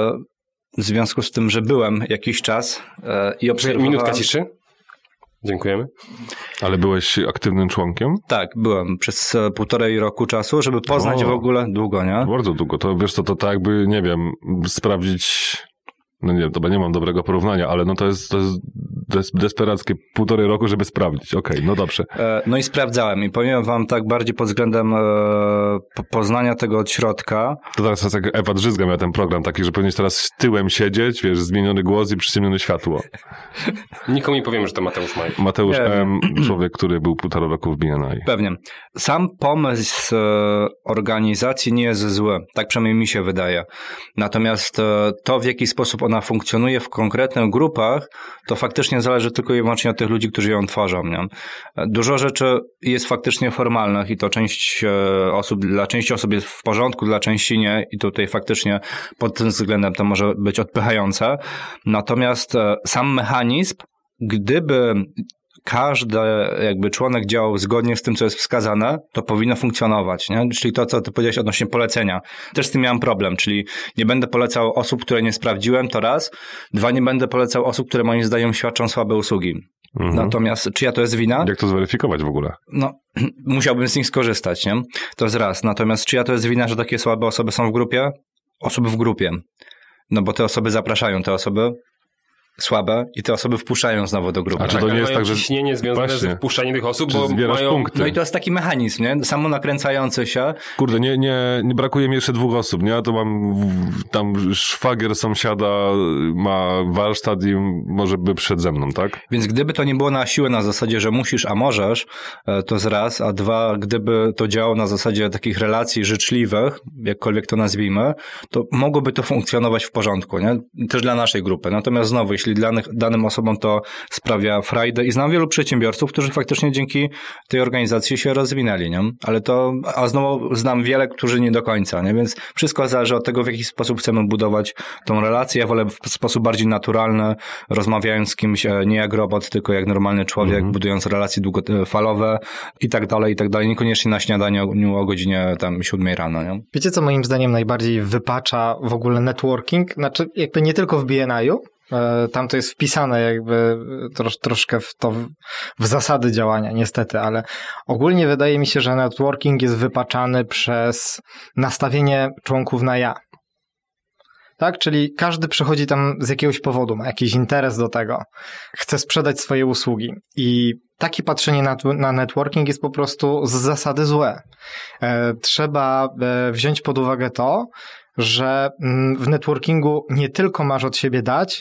w związku z tym, że byłem jakiś czas i obserwowałem... Minutka ciszy. Dziękujemy. Ale byłeś aktywnym członkiem? Tak, byłem przez półtorej roku czasu, żeby poznać o, w ogóle długo, nie? Bardzo długo. To wiesz co, to tak jakby, nie wiem, sprawdzić... No nie wiem, to nie mam dobrego porównania, ale no to jest, to jest des, desperackie półtorej roku, żeby sprawdzić. Okej, okay, no dobrze. E, no i sprawdzałem i powiem wam tak bardziej pod względem e, poznania tego od środka. To teraz jak Ewa Drzyzga miała ten program taki, że powinieneś teraz tyłem siedzieć, wiesz, zmieniony głos i przyciemnione światło. Nikomu nie powiemy, że to Mateusz Maj. Mateusz nie. M., człowiek, który był półtora roku w B N I. Pewnie. Sam pomysł e, organizacji nie jest zły. Tak przynajmniej mi się wydaje. Natomiast e, to, w jaki sposób ona funkcjonuje w konkretnych grupach, to faktycznie zależy tylko i wyłącznie od tych ludzi, którzy ją tworzą. Nie? Dużo rzeczy jest faktycznie formalnych i to część osób, dla części osób jest w porządku, dla części nie i tutaj faktycznie pod tym względem to może być odpychające. Natomiast sam mechanizm, gdyby każdy jakby członek działał zgodnie z tym, co jest wskazane, to powinno funkcjonować, nie? Czyli to, co ty powiedziałeś odnośnie polecenia. Też z tym miałem problem, czyli nie będę polecał osób, które nie sprawdziłem, to raz. Dwa, nie będę polecał osób, które moim zdaniem świadczą słabe usługi. Mhm. Natomiast czyja to jest wina? Jak to zweryfikować w ogóle? No, musiałbym z nich skorzystać, nie? To jest raz. Natomiast czyja to jest wina, że takie słabe osoby są w grupie? Osób w grupie. No bo te osoby zapraszają te osoby słabe i te osoby wpuszczają znowu do grupy. A czy to nie jest tak, że ciśnienie związane właśnie, z wpuszczaniem tych osób, bo mają punkty. No i to jest taki mechanizm, nie? Samo nakręcający się. Kurde, nie, nie, nie brakuje mi jeszcze dwóch osób, nie? Ja to mam tam szwagier sąsiada ma warsztat i może by przyszedł ze mną, tak? Więc gdyby to nie było na siłę na zasadzie, że musisz, a możesz, to z raz, a dwa, gdyby to działało na zasadzie takich relacji życzliwych, jakkolwiek to nazwijmy, to mogłoby to funkcjonować w porządku, nie? Też dla naszej grupy. Natomiast znowu, jeśli jeśli danych, danym osobom to sprawia frajdę. I znam wielu przedsiębiorców, którzy faktycznie dzięki tej organizacji się rozwinęli, nie? Ale to, a znowu znam wiele, którzy nie do końca, nie? Więc wszystko zależy od tego, w jaki sposób chcemy budować tą relację. Ja wolę w sposób bardziej naturalny, rozmawiając z kimś nie jak robot, tylko jak normalny człowiek, mm-hmm. budując relacje długofalowe i tak dalej, i tak dalej. Niekoniecznie na śniadaniu o godzinie tam siódmej rano, nie? Wiecie, co moim zdaniem najbardziej wypacza w ogóle networking? Znaczy, jakby nie tylko w B N I-u, tam to jest wpisane jakby trosz, troszkę w to, w zasady działania, niestety, ale ogólnie wydaje mi się, że networking jest wypaczany przez nastawienie członków na ja. Tak, czyli każdy przychodzi tam z jakiegoś powodu, ma jakiś interes do tego, chce sprzedać swoje usługi i takie patrzenie na, na networking jest po prostu z zasady złe. E, trzeba e, wziąć pod uwagę to, że w networkingu nie tylko masz od siebie dać,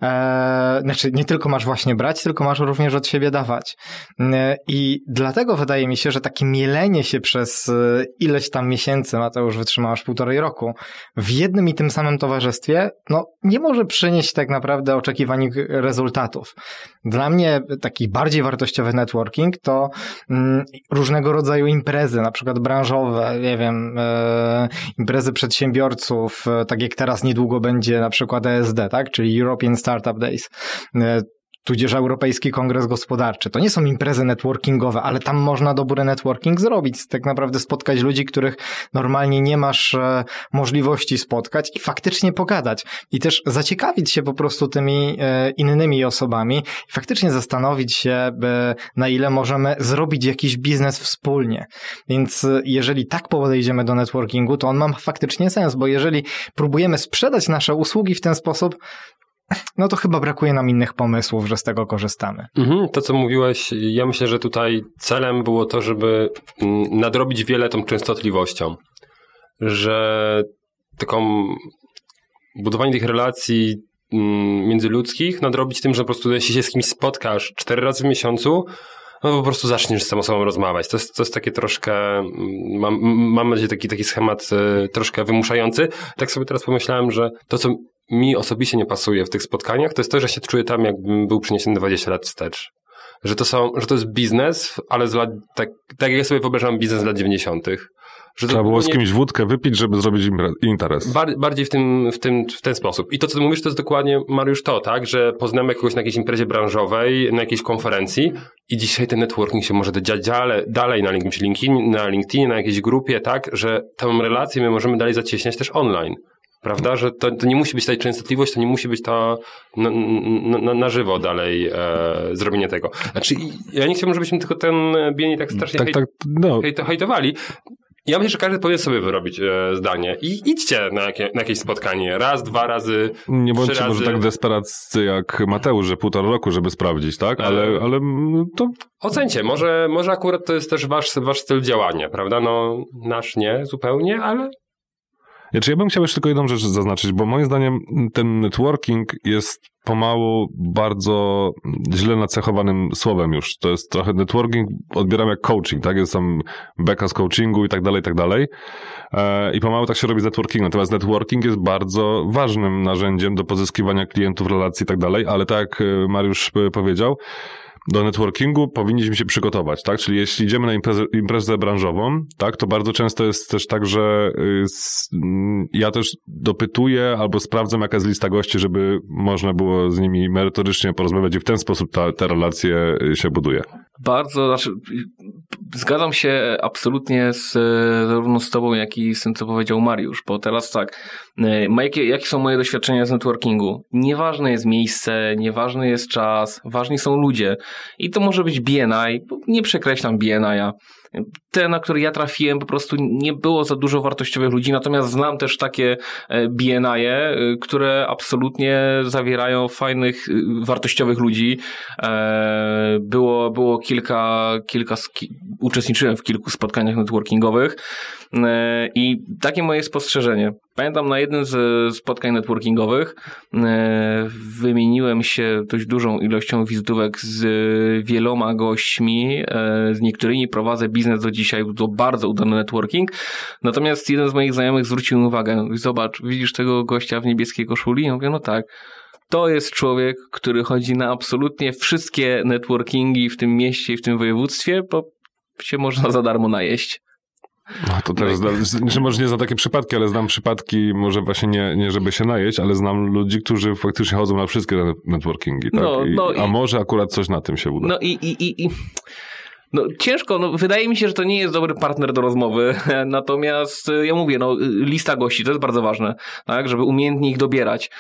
e, znaczy nie tylko masz właśnie brać, tylko masz również od siebie dawać. E, I dlatego wydaje mi się, że takie mielenie się przez ileś tam miesięcy, Mateusz wytrzymałaś półtorej roku, w jednym i tym samym towarzystwie, no nie może przynieść tak naprawdę oczekiwanych rezultatów. Dla mnie taki bardziej wartościowy networking to mm, różnego rodzaju imprezy, na przykład branżowe, nie wiem, e, imprezy przedsiębiorców, tak jak teraz niedługo będzie na przykład E S D, tak? Czyli European Startup Days, tudzież Europejski Kongres Gospodarczy. To nie są imprezy networkingowe, ale tam można dobry networking zrobić, tak naprawdę spotkać ludzi, których normalnie nie masz możliwości spotkać i faktycznie pogadać. I też zaciekawić się po prostu tymi innymi osobami i faktycznie zastanowić się, na ile możemy zrobić jakiś biznes wspólnie. Więc jeżeli tak podejdziemy do networkingu, to on ma faktycznie sens, bo jeżeli próbujemy sprzedać nasze usługi w ten sposób, no to chyba brakuje nam innych pomysłów, że z tego korzystamy. Mhm, to, co mówiłeś, ja myślę, że tutaj celem było to, żeby nadrobić wiele tą częstotliwością. Że taką budowanie tych relacji międzyludzkich nadrobić tym, że po prostu jeśli się z kimś spotkasz cztery razy w miesiącu, no po prostu zaczniesz z tą osobą rozmawiać. To jest, to jest takie troszkę, mam, mam nadzieję, taki, taki schemat y, troszkę wymuszający. Tak sobie teraz pomyślałem, że to, co mi osobiście nie pasuje w tych spotkaniach, to jest to, że się czuję tam, jakbym był przeniesiony dwadzieścia lat wstecz. Że to są, że to jest biznes, ale z lat, tak, tak jak ja sobie wyobrażam biznes z lat dziewięćdziesiątych. Że Trzeba było nie... z kimś wódkę wypić, żeby zrobić interes. Bar- bardziej w, tym, w, tym, w ten sposób. I to, co ty mówisz, to jest dokładnie, Mariusz, to, tak, że poznamy kogoś na jakiejś imprezie branżowej, na jakiejś konferencji i dzisiaj ten networking się może dziać dalej, dalej na LinkedIn, na LinkedIn, na jakiejś grupie, tak, że tę relację my możemy dalej zacieśniać też online. Prawda, że to, to nie musi być ta częstotliwość, to nie musi być to na, na, na żywo dalej e, zrobienie tego. Znaczy, ja nie chciałbym, żebyśmy tylko ten bieni tak strasznie tak, hejt, tak, no. hejt, hejtowali. Ja myślę, że każdy powinien sobie wyrobić e, zdanie i idźcie na, jakie, na jakieś spotkanie. Raz, dwa razy, Nie bądźcie trzy może razy. tak desperaccy jak Mateusz, że półtora roku, żeby sprawdzić, tak? Ale, Ale- ale to... Ocencie, może, może akurat to jest też wasz, wasz styl działania, prawda? No, nasz nie zupełnie, ale Znaczy, ja bym chciał jeszcze tylko jedną rzecz zaznaczyć, bo moim zdaniem ten networking jest pomału bardzo źle nacechowanym słowem już. To jest trochę networking, odbieram jak coaching, tak? Jest tam beka z coachingu i tak dalej, i tak dalej. E, I pomału tak się robi z networking. Natomiast networking jest bardzo ważnym narzędziem do pozyskiwania klientów, relacji i tak dalej, ale tak jak Mariusz powiedział, do networkingu powinniśmy się przygotować, tak? Czyli jeśli idziemy na imprezę, imprezę branżową, tak, to bardzo często jest też tak, że y, s, mm, ja też dopytuję albo sprawdzam, jaka jest lista gości, żeby można było z nimi merytorycznie porozmawiać i w ten sposób ta, te relacje y, się buduje. Bardzo, znaczy, zgadzam się absolutnie z, zarówno z tobą, jak i z tym, co powiedział Mariusz, bo teraz tak, jakie, jakie są moje doświadczenia z networkingu? Nieważne jest miejsce, nieważny jest czas, ważni są ludzie i to może być B N I, bo nie przekreślam B N I-a. Te, na które ja trafiłem, po prostu nie było za dużo wartościowych ludzi, natomiast znam też takie B N I-e, które absolutnie zawierają fajnych, wartościowych ludzi. Było, było kilka, kilka, uczestniczyłem w kilku spotkaniach networkingowych i takie moje spostrzeżenie. Pamiętam na jednym z spotkań networkingowych wymieniłem się dość dużą ilością wizytówek z wieloma gośćmi, z niektórymi prowadzę biznes do dzisiaj, to bardzo udany networking, natomiast jeden z moich znajomych zwrócił mi uwagę, zobacz, widzisz tego gościa w niebieskiej koszuli? Ja mówię, no tak. to jest człowiek, który chodzi na absolutnie wszystkie networkingi w tym mieście i w tym województwie, bo się można za darmo najeść. No to też, no. Że może nie znam takie przypadki, ale znam przypadki, może właśnie nie, nie żeby się najeść, ale znam ludzi, którzy faktycznie chodzą na wszystkie networkingi, tak? No, I, no a i, może akurat coś na tym się uda. No i, i, i, i no ciężko, no wydaje mi się, że to nie jest dobry partner do rozmowy, natomiast ja mówię, no lista gości, to jest bardzo ważne, tak, żeby umiejętnie ich dobierać.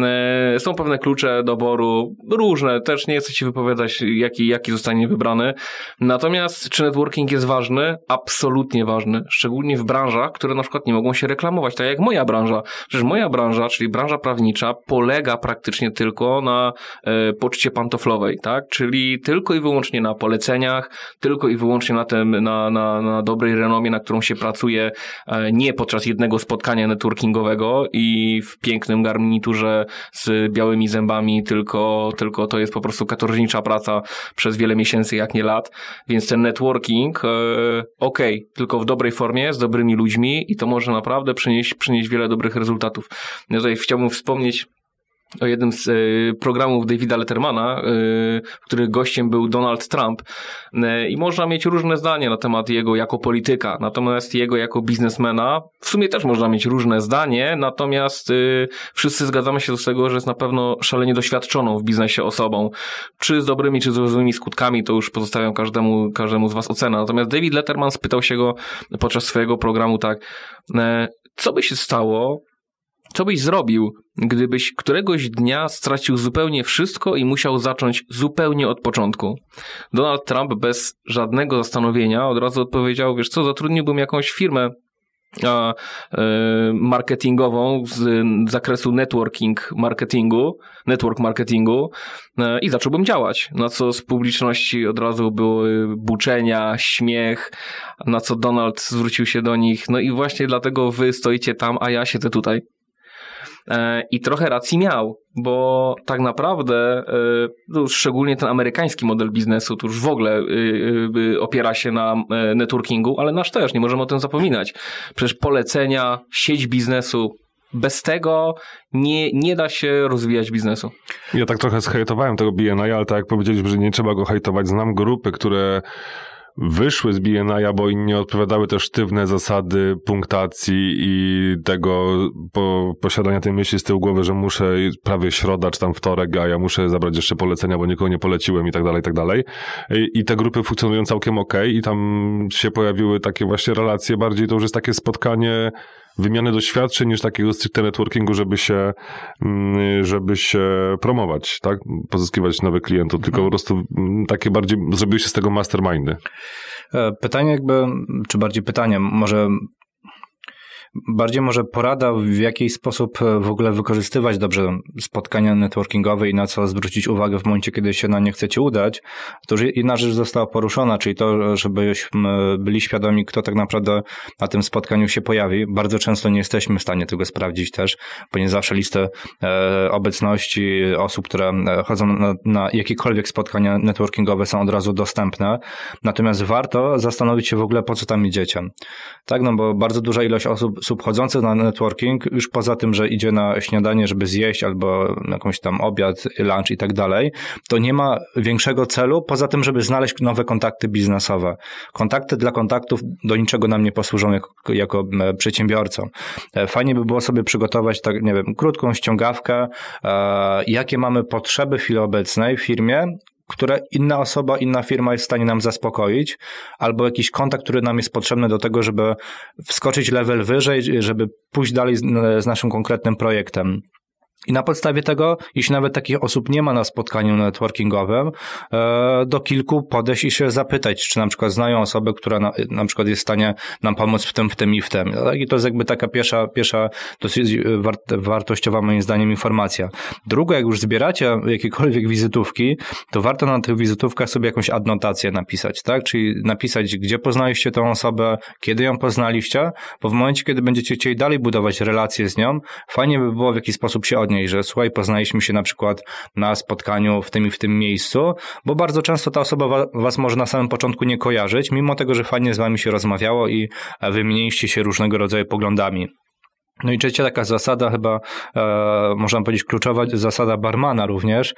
Są pewne klucze doboru, różne, też nie chcę ci wypowiadać, jaki, jaki zostanie wybrany, natomiast czy networking jest ważny? Absolutnie ważny, szczególnie w branżach, które na przykład nie mogą się reklamować, tak jak moja branża. Przecież moja branża, czyli branża prawnicza, polega praktycznie tylko na e, poczcie pantoflowej, tak, czyli tylko i wyłącznie na poleceniach, tylko i wyłącznie na tym, na, na, na dobrej renomie, na którą się pracuje nie podczas jednego spotkania networkingowego i w pięknym garniturze z białymi zębami, tylko, tylko to jest po prostu katorżnicza praca przez wiele miesięcy, jak nie lat, więc ten networking e, okej, okay, tylko w dobrej formie, z dobrymi ludźmi i to może naprawdę przynieść, przynieść wiele dobrych rezultatów. Ja tutaj chciałbym wspomnieć o jednym z y, programów Davida Lettermana, y, w których gościem był Donald Trump y, i można mieć różne zdania na temat jego jako polityka, natomiast jego jako biznesmena w sumie też można mieć różne zdanie, natomiast y, wszyscy zgadzamy się z tego, że jest na pewno szalenie doświadczoną w biznesie osobą, czy z dobrymi, czy z złymi skutkami, to już pozostawiam każdemu, każdemu z was ocenę, natomiast David Letterman spytał się go podczas swojego programu tak, y, co by się stało, co byś zrobił, gdybyś któregoś dnia stracił zupełnie wszystko i musiał zacząć zupełnie od początku? Donald Trump bez żadnego zastanowienia od razu odpowiedział, wiesz co, zatrudniłbym jakąś firmę a, e, marketingową z zakresu networking marketingu, network marketingu e, i zacząłbym działać. Na co z publiczności od razu były buczenia, śmiech, na co Donald zwrócił się do nich, no i właśnie dlatego wy stoicie tam, a ja siedzę tutaj. I trochę racji miał, bo tak naprawdę to już szczególnie ten amerykański model biznesu to już w ogóle opiera się na networkingu, ale nasz też, nie możemy o tym zapominać. Przecież polecenia, sieć biznesu, bez tego nie, nie da się rozwijać biznesu. Ja tak trochę zhejtowałem tego B N I, ale tak jak powiedzieliśmy, że nie trzeba go hejtować. Znam grupy, które wyszły z B N I, bo nie odpowiadały te sztywne zasady punktacji i tego po, posiadania tej myśli z tyłu głowy, że muszę prawie środa czy tam wtorek, a ja muszę zabrać jeszcze polecenia, bo nikogo nie poleciłem i tak dalej, i tak dalej. I, i te grupy funkcjonują całkiem okej okay, i tam się pojawiły takie właśnie relacje, bardziej to już jest takie spotkanie wymiany doświadczeń niż takiego stricte networkingu, żeby się, żeby się promować, tak? Pozyskiwać nowych klientów, tylko po prostu takie bardziej, zrobiły się z tego mastermindy. Pytanie jakby, czy bardziej pytanie, może bardziej może porada, w jaki sposób w ogóle wykorzystywać dobrze spotkania networkingowe i na co zwrócić uwagę w momencie, kiedy się na nie chcecie udać. To już jedna rzecz została poruszona, czyli to, żebyśmy byli świadomi, kto tak naprawdę na tym spotkaniu się pojawi. Bardzo często nie jesteśmy w stanie tego sprawdzić też, bo nie zawsze listy e, obecności osób, które chodzą na, na jakiekolwiek spotkania networkingowe są od razu dostępne. Natomiast warto zastanowić się w ogóle, po co tam idziecie. Tak, no bo bardzo duża ilość osób osób chodzących na networking, już poza tym, że idzie na śniadanie, żeby zjeść albo jakąś tam obiad, lunch i tak dalej, to nie ma większego celu, poza tym, żeby znaleźć nowe kontakty biznesowe. Kontakty dla kontaktów do niczego nam nie posłużą jako, jako przedsiębiorcom. Fajnie by było sobie przygotować, tak nie wiem, krótką ściągawkę, e, jakie mamy potrzeby w chwili obecnej w firmie, które inna osoba, inna firma jest w stanie nam zaspokoić, albo jakiś kontakt, który nam jest potrzebny do tego, żeby wskoczyć level wyżej, żeby pójść dalej z, z naszym konkretnym projektem. I na podstawie tego, jeśli nawet takich osób nie ma na spotkaniu networkingowym, do kilku podejść i się zapytać, czy na przykład znają osobę, która na, na przykład jest w stanie nam pomóc w tym, w tym i w tym. I to jest jakby taka pierwsza, pierwsza dosyć wartościowa moim zdaniem informacja. Druga, jak już zbieracie jakiekolwiek wizytówki, to warto na tych wizytówkach sobie jakąś adnotację napisać, tak? Czyli napisać, gdzie poznaliście tę osobę, kiedy ją poznaliście, bo w momencie, kiedy będziecie chcieli dalej budować relacje z nią, fajnie by było w jakiś sposób się odnieść, że słuchaj, poznaliśmy się na przykład na spotkaniu w tym i w tym miejscu, bo bardzo często ta osoba was może na samym początku nie kojarzyć, mimo tego, że fajnie z wami się rozmawiało i wymieniliście się różnego rodzaju poglądami. No i trzecia taka zasada chyba, e, można powiedzieć kluczowa, zasada barmana również,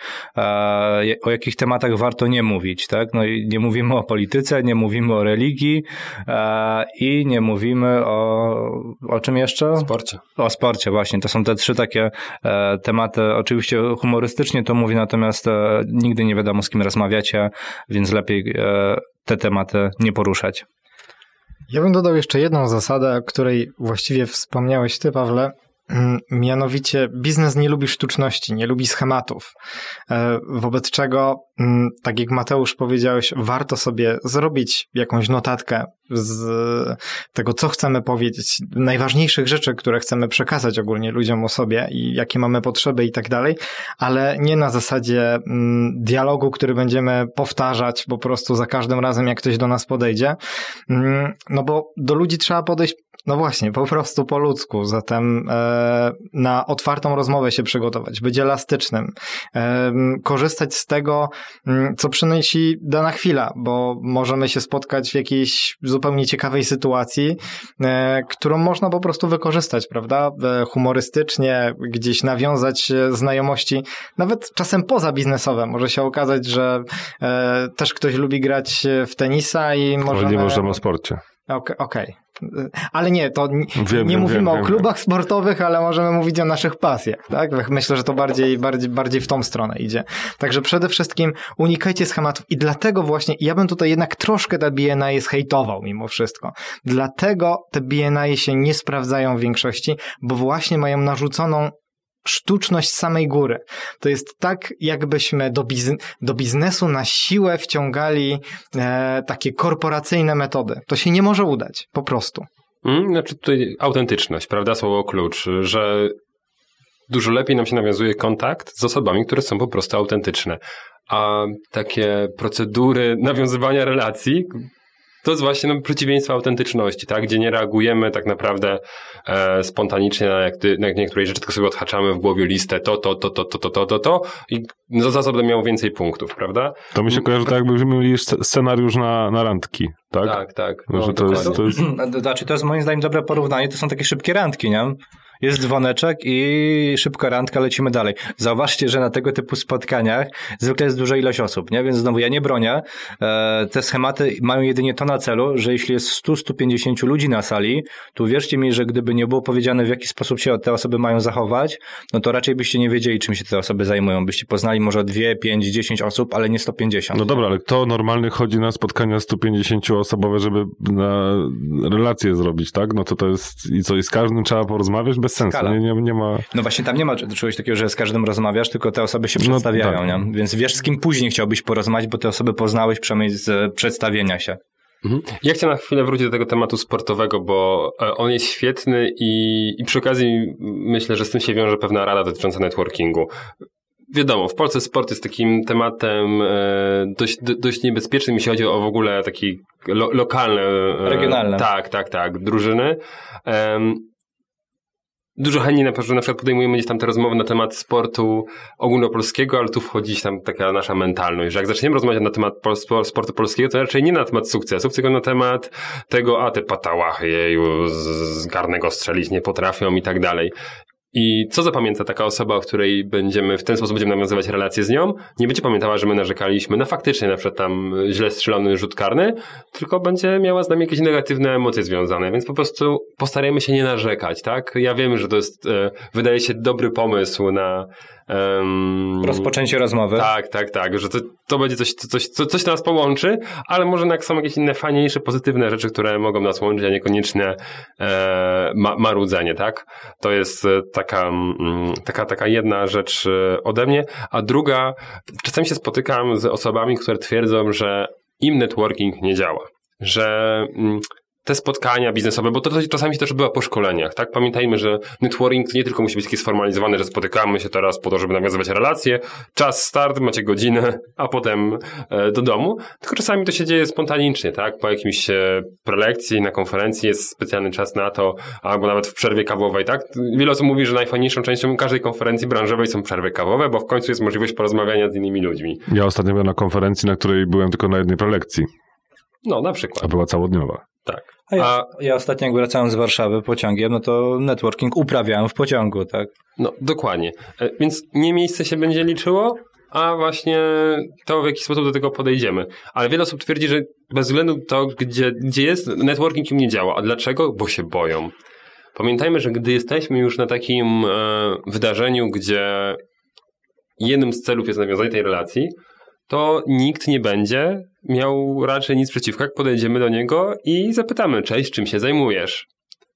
e, o jakich tematach warto nie mówić, tak? No i nie mówimy o polityce, nie mówimy o religii e, i nie mówimy o, o czym jeszcze? Sporcie. O sporcie właśnie, to są te trzy takie e, tematy, oczywiście humorystycznie to mówi, natomiast e, nigdy nie wiadomo z kim rozmawiacie, więc lepiej e, te tematy nie poruszać. Ja bym dodał jeszcze jedną zasadę, o której właściwie wspomniałeś ty, Pawle. Mianowicie biznes nie lubi sztuczności, nie lubi schematów. Wobec czego, tak jak Mateusz powiedziałeś, warto sobie zrobić jakąś notatkę z tego, co chcemy powiedzieć, najważniejszych rzeczy, które chcemy przekazać ogólnie ludziom o sobie i jakie mamy potrzeby i tak dalej, ale nie na zasadzie dialogu, który będziemy powtarzać po prostu za każdym razem, jak ktoś do nas podejdzie. No bo do ludzi trzeba podejść, no właśnie, po prostu po ludzku, zatem e, na otwartą rozmowę się przygotować, być elastycznym, e, korzystać z tego, co przynosi dana chwila, bo możemy się spotkać w jakiejś zupełnie ciekawej sytuacji, e, którą można po prostu wykorzystać, prawda? E, humorystycznie, gdzieś nawiązać znajomości, nawet czasem pozabiznesowe. Może się okazać, że e, też ktoś lubi grać w tenisa i możemy... Ale nie możemy o sporcie. Okej, okay. Ale nie, to nie, wiem, nie wiem, mówimy wiem, o wiem, klubach wiem. sportowych, ale możemy mówić o naszych pasjach, tak? Myślę, że to bardziej, bardziej, bardziej w tą stronę idzie. Także przede wszystkim unikajcie schematów i dlatego właśnie, ja bym tutaj jednak troszkę te B N I zhejtował mimo wszystko. Dlatego te B N I się nie sprawdzają w większości, bo właśnie mają narzuconą sztuczność z samej góry. To jest tak, jakbyśmy do, bizn- do biznesu na siłę wciągali e, takie korporacyjne metody. To się nie może udać, po prostu. Hmm, znaczy tutaj autentyczność, prawda, słowo klucz, że dużo lepiej nam się nawiązuje kontakt z osobami, które są po prostu autentyczne. A takie procedury nawiązywania relacji to jest właśnie no, przeciwieństwo autentyczności, tak? Gdzie nie reagujemy tak naprawdę e, spontanicznie na, jak ty, na niektóre rzeczy, tylko sobie odhaczamy w głowie listę to, to, to, to, to, to, to, to, to i no, zaraz będę miał więcej punktów, prawda? To mi się kojarzy tak, jakbyśmy mieli scenariusz na, na randki, tak? Tak, tak. No, no, że to, jest, to jest... Znaczy, to jest moim zdaniem dobre porównanie, to są takie szybkie randki, nie? Jest dzwoneczek i szybka randka, lecimy dalej. Zauważcie, że na tego typu spotkaniach zwykle jest duża ilość osób, nie? Więc znowu ja nie bronię. Te schematy mają jedynie to na celu, że jeśli jest sto do stu pięćdziesięciu ludzi na sali, to uwierzcie mi, że gdyby nie było powiedziane, w jaki sposób się te osoby mają zachować, no to raczej byście nie wiedzieli, czym się te osoby zajmują. Byście poznali może dwie, pięć, dziesięć osób, ale nie sto pięćdziesiąt. No dobra, ale kto normalny chodzi na spotkania stu pięćdziesięcioosobowe, żeby na relacje zrobić, tak? No to to jest... I co, i z każdym trzeba porozmawiać? Bez sensu. Nie, nie, nie ma... No właśnie tam nie ma czegoś takiego, że z każdym rozmawiasz, tylko te osoby się przedstawiają, no, tak. Nie? Więc wiesz, z kim później chciałbyś porozmawiać, bo te osoby poznałeś przynajmniej z przedstawienia się. Mhm. Ja chcę na chwilę wrócić do tego tematu sportowego, bo on jest świetny i, i przy okazji myślę, że z tym się wiąże pewna rada dotycząca networkingu. Wiadomo, w Polsce sport jest takim tematem e, dość, dość niebezpiecznym, jeśli chodzi o w ogóle taki lo, lokalne... E, regionalne. Tak, tak, tak, drużyny. E, Dużo chętniej na przykład podejmujemy gdzieś tam te rozmowy na temat sportu ogólnopolskiego, ale tu wchodzi tam taka nasza mentalność, że jak zaczniemy rozmawiać na temat pol- sportu polskiego, to raczej nie na temat sukcesów, tylko na temat tego, a te patałachy jeju z garnego strzelić nie potrafią i tak dalej. I co zapamięta taka osoba, o której będziemy w ten sposób będziemy nawiązywać relacje z nią? Nie będzie pamiętała, że my narzekaliśmy na faktycznie na przykład tam źle strzelony rzut karny, tylko będzie miała z nami jakieś negatywne emocje związane, więc po prostu postarajmy się nie narzekać, tak? Ja wiem, że to jest, e, wydaje się dobry pomysł na Um, rozpoczęcie rozmowy. Tak, tak, tak, że to, to będzie coś, coś, coś, coś nas połączy, ale może jak są jakieś inne fajniejsze, pozytywne rzeczy, które mogą nas łączyć, a niekoniecznie e, ma, marudzenie, tak? To jest taka, m, taka, taka jedna rzecz ode mnie, a druga, czasami się spotykam z osobami, które twierdzą, że im networking nie działa, że m, te spotkania biznesowe, bo to, to czasami się też bywa po szkoleniach, tak? Pamiętajmy, że networking to nie tylko musi być taki sformalizowany, że spotykamy się teraz po to, żeby nawiązywać relacje, czas, start, macie godzinę, a potem e, do domu, tylko czasami to się dzieje spontanicznie, tak? Po jakimś e, prelekcji, na konferencji jest specjalny czas na to, albo nawet w przerwie kawowej, tak? Wiele osób mówi, że najfajniejszą częścią każdej konferencji branżowej są przerwy kawowe, bo w końcu jest możliwość porozmawiania z innymi ludźmi. Ja ostatnio byłem na konferencji, na której byłem tylko na jednej prelekcji. No, na przykład. A była całodniowa. Tak. A ja, A ja ostatnio jak wracałem z Warszawy pociągiem, no to networking uprawiałem w pociągu, tak? No, dokładnie. Więc nie miejsce się będzie liczyło, a właśnie to, w jaki sposób do tego podejdziemy. Ale wiele osób twierdzi, że bez względu na to, gdzie, gdzie jest, networking im nie działa. A dlaczego? Bo się boją. Pamiętajmy, że gdy jesteśmy już na takim e, wydarzeniu, gdzie jednym z celów jest nawiązanie tej relacji, to nikt nie będzie miał raczej nic przeciwko, jak podejdziemy do niego i zapytamy, cześć, czym się zajmujesz?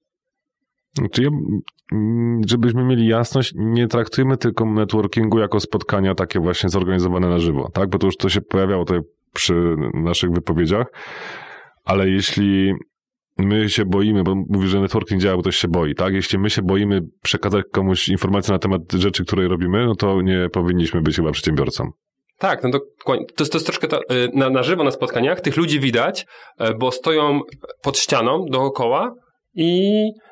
Czyli, żebyśmy mieli jasność, nie traktujmy tylko networkingu jako spotkania takie właśnie zorganizowane na żywo, tak? Bo to już to się pojawiało tutaj przy naszych wypowiedziach, ale jeśli my się boimy, bo mówisz, że networking działa, bo ktoś się boi, tak? Jeśli my się boimy przekazać komuś informacje na temat rzeczy, które robimy, no to nie powinniśmy być chyba przedsiębiorcą. Tak, no dokładnie. To jest, to jest troszkę to, na, na żywo na spotkaniach, tych ludzi widać, bo stoją pod ścianą dookoła i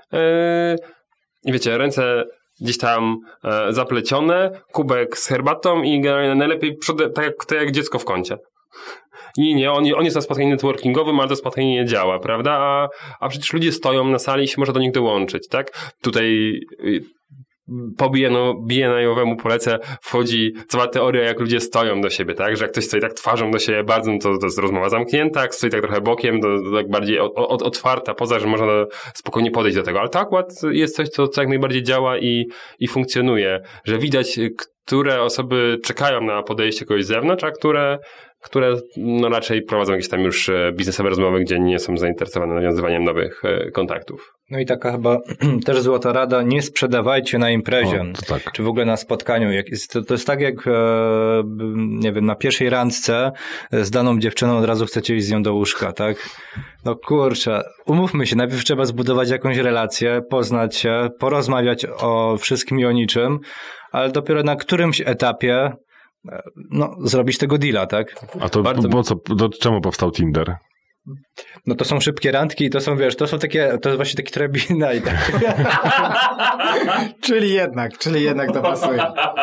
yy, wiecie, ręce gdzieś tam e, zaplecione, kubek z herbatą i generalnie najlepiej przode, tak, jak, tak jak dziecko w kącie. I nie, on, on jest na spotkaniu networkingowym, ale to spotkanie nie działa, prawda? A, a przecież ludzie stoją na sali i się można do nich dołączyć, tak? Tutaj y, po bienajowemu polecę wchodzi cała teoria, jak ludzie stoją do siebie, tak? Że jak ktoś stoi tak twarzą do siebie bardzo, no to, to jest rozmowa zamknięta, jak stoi tak trochę bokiem, to, to tak bardziej od, od, otwarta, poza, że można spokojnie podejść do tego. Ale to akurat jest coś, co, co jak najbardziej działa i, i funkcjonuje, że widać, które osoby czekają na podejście kogoś z zewnątrz, a które które no raczej prowadzą jakieś tam już biznesowe rozmowy, gdzie nie są zainteresowane nawiązywaniem nowych kontaktów. No i taka chyba też złota rada, nie sprzedawajcie na imprezie, o, tak. czy w ogóle na spotkaniu. Jak jest, to, to jest tak jak, nie wiem, na pierwszej randce z daną dziewczyną od razu chcecie iść z nią do łóżka, tak? No kurczę, umówmy się, najpierw trzeba zbudować jakąś relację, poznać się, porozmawiać o wszystkim i o niczym, ale dopiero na którymś etapie no, zrobić tego deala, tak? A to Bardzo... bo co, do czemu powstał Tinder? No to są szybkie randki i to są, wiesz, to są takie, to jest właśnie taki trabina i tak. czyli jednak, czyli jednak to pasuje.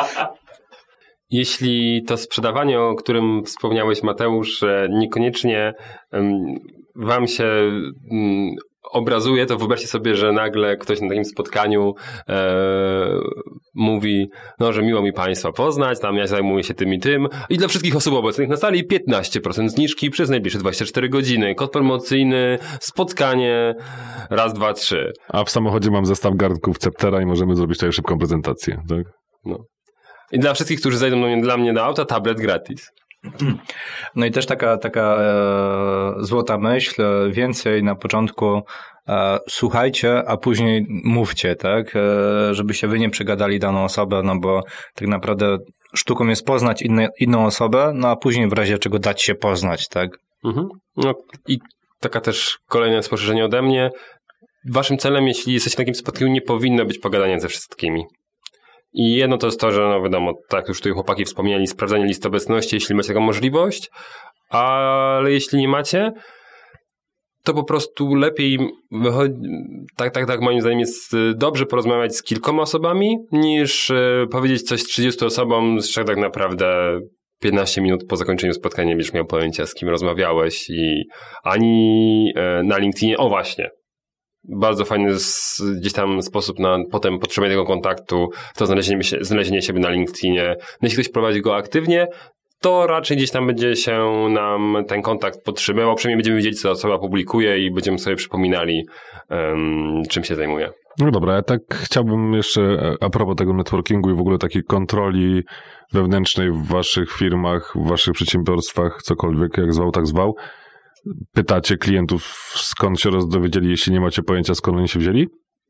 Jeśli to sprzedawanie, o którym wspomniałeś, Mateusz, niekoniecznie um, wam się um, obrazuje, to wyobraźcie sobie, że nagle ktoś na takim spotkaniu e, mówi, no, że miło mi Państwa poznać, tam ja zajmuję się tym i tym i dla wszystkich osób obecnych na sali piętnaście procent zniżki przez najbliższe dwadzieścia cztery godziny, kod promocyjny, spotkanie, raz, dwa, trzy. A w samochodzie mam zestaw garnków Ceptera i możemy zrobić tutaj szybką prezentację, tak? No. I dla wszystkich, którzy zajdą do mnie, dla mnie do auta, tablet gratis. No i też taka, taka e, złota myśl, więcej na początku e, słuchajcie, a później mówcie, tak, e, żeby się wy nie przegadali daną osobę, no bo tak naprawdę sztuką jest poznać inne, inną osobę, no a później w razie czego dać się poznać, tak. Mhm. No i taka też kolejne spostrzeżenie ode mnie. Waszym celem, jeśli jesteście na takim spotkaniu, nie powinno być pogadanie ze wszystkimi. I jedno to jest to, że no wiadomo, tak już tutaj chłopaki wspomnieli, sprawdzanie listy obecności, jeśli macie taką możliwość, ale jeśli nie macie, to po prostu lepiej wychodzi, tak, tak, tak moim zdaniem jest dobrze porozmawiać z kilkoma osobami, niż y, powiedzieć coś trzydziestu osobom, z czego tak naprawdę piętnaście minut po zakończeniu spotkania nie będziesz miał pojęcia, z kim rozmawiałeś i ani y, na LinkedInie, o właśnie, bardzo fajny gdzieś tam sposób na potem podtrzymanie tego kontaktu, to znalezienie, się, znalezienie siebie na LinkedInie. No jeśli ktoś prowadzi go aktywnie, to raczej gdzieś tam będzie się nam ten kontakt podtrzymywał. Przynajmniej będziemy wiedzieć, co osoba publikuje i będziemy sobie przypominali, um, czym się zajmuje. No dobra, ja tak chciałbym jeszcze a propos tego networkingu i w ogóle takiej kontroli wewnętrznej w waszych firmach, w waszych przedsiębiorstwach, cokolwiek, jak zwał, tak zwał. Pytacie klientów, skąd się dowiedzieli, jeśli nie macie pojęcia, skąd oni się wzięli?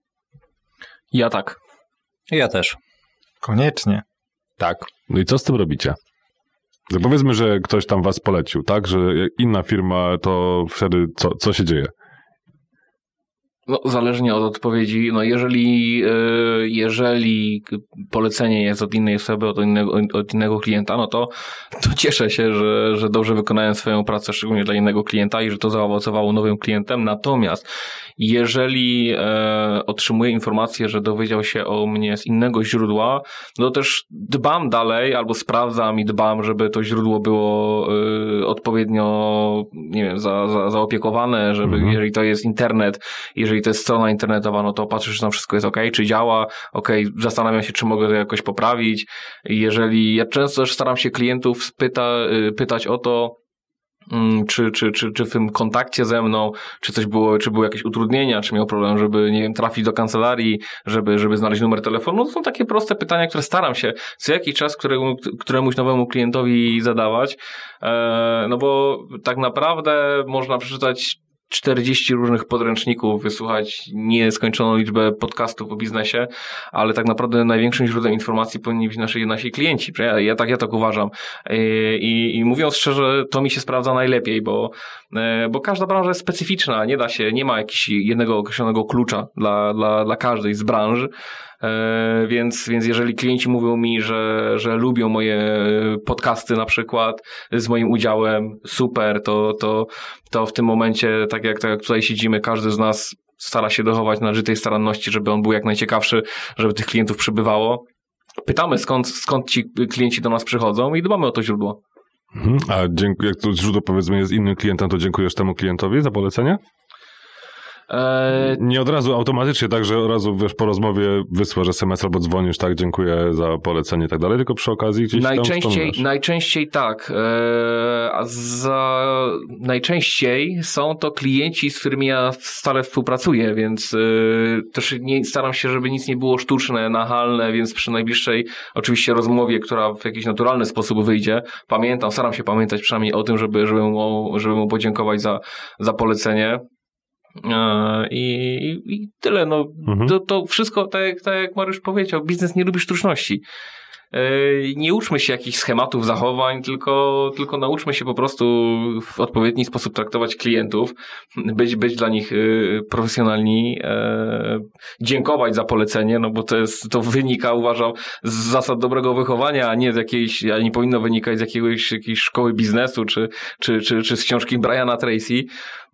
Ja tak. Ja też. Koniecznie. Tak. No i co z tym robicie? No powiedzmy, że ktoś tam was polecił, tak? Że inna firma, to wtedy co, co się dzieje? No, zależnie od odpowiedzi. No, jeżeli, yy, jeżeli polecenie jest od innej osoby, od innego, od innego klienta, no to, to cieszę się, że, że dobrze wykonałem swoją pracę, szczególnie dla innego klienta i że to zaowocowało nowym klientem. Natomiast jeżeli yy, otrzymuję informację, że dowiedział się o mnie z innego źródła, no to też dbam dalej albo sprawdzam i dbam, żeby to źródło było yy, odpowiednio, nie wiem, za, za, zaopiekowane, żeby mhm. jeżeli to jest internet, jeżeli to jest strona internetowa, no to patrzę, czy tam wszystko jest ok, czy działa, ok, zastanawiam się, czy mogę to jakoś poprawić. Jeżeli ja często też staram się klientów spyta, pytać o to, Czy, czy, czy, czy w tym kontakcie ze mną, czy coś było, czy były jakieś utrudnienia, czy miał problem, żeby, nie wiem, trafić do kancelarii, żeby, żeby znaleźć numer telefonu. To są takie proste pytania, które staram się co jakiś czas któremu, któremuś nowemu klientowi zadawać, e, no bo tak naprawdę można przeczytać czterdzieści różnych podręczników, wysłuchać nieskończoną liczbę podcastów o biznesie, ale tak naprawdę największym źródłem informacji powinni być nasi, nasi klienci. Ja, ja, tak, ja tak uważam. I, i mówiąc szczerze, to mi się sprawdza najlepiej, bo, bo każda branża jest specyficzna. Nie da się, nie ma jakiegoś jednego określonego klucza dla, dla, dla każdej z branż. Więc, więc jeżeli klienci mówią mi, że, że lubią moje podcasty na przykład z moim udziałem, super, to, to, to w tym momencie, tak jak, tak jak tutaj siedzimy, każdy z nas stara się dochować należytej staranności, żeby on był jak najciekawszy, żeby tych klientów przybywało. Pytamy, skąd, skąd ci klienci do nas przychodzą i dbamy o to źródło. Mhm. A dziękuję, jak to źródło powiedzmy jest innym klientem, to dziękujesz temu klientowi za polecenie? Nie od razu automatycznie, tak, że od razu wiesz, po rozmowie wysłasz es em es albo dzwonisz, tak, dziękuję za polecenie i tak dalej, tylko przy okazji gdzieś najczęściej, tam najczęściej tak, a za, najczęściej są to klienci, z którymi ja stale współpracuję, więc też nie, staram się, żeby nic nie było sztuczne, nachalne, więc przy najbliższej oczywiście rozmowie, która w jakiś naturalny sposób wyjdzie, pamiętam, staram się pamiętać przynajmniej o tym, żeby, żeby, mu, żeby mu podziękować za, za polecenie. I, i tyle, no mhm. to, to wszystko, tak jak, tak jak Mariusz powiedział, biznes nie lubi sztuczności. Nie uczmy się jakichś schematów zachowań, tylko, tylko nauczmy się po prostu w odpowiedni sposób traktować klientów, być, być dla nich profesjonalni, dziękować za polecenie, no bo to jest, to wynika, uważam, z zasad dobrego wychowania, a nie z jakiejś, a nie powinno wynikać z jakiegoś, jakiejś szkoły biznesu, czy, czy, czy, czy z książki Briana Tracy.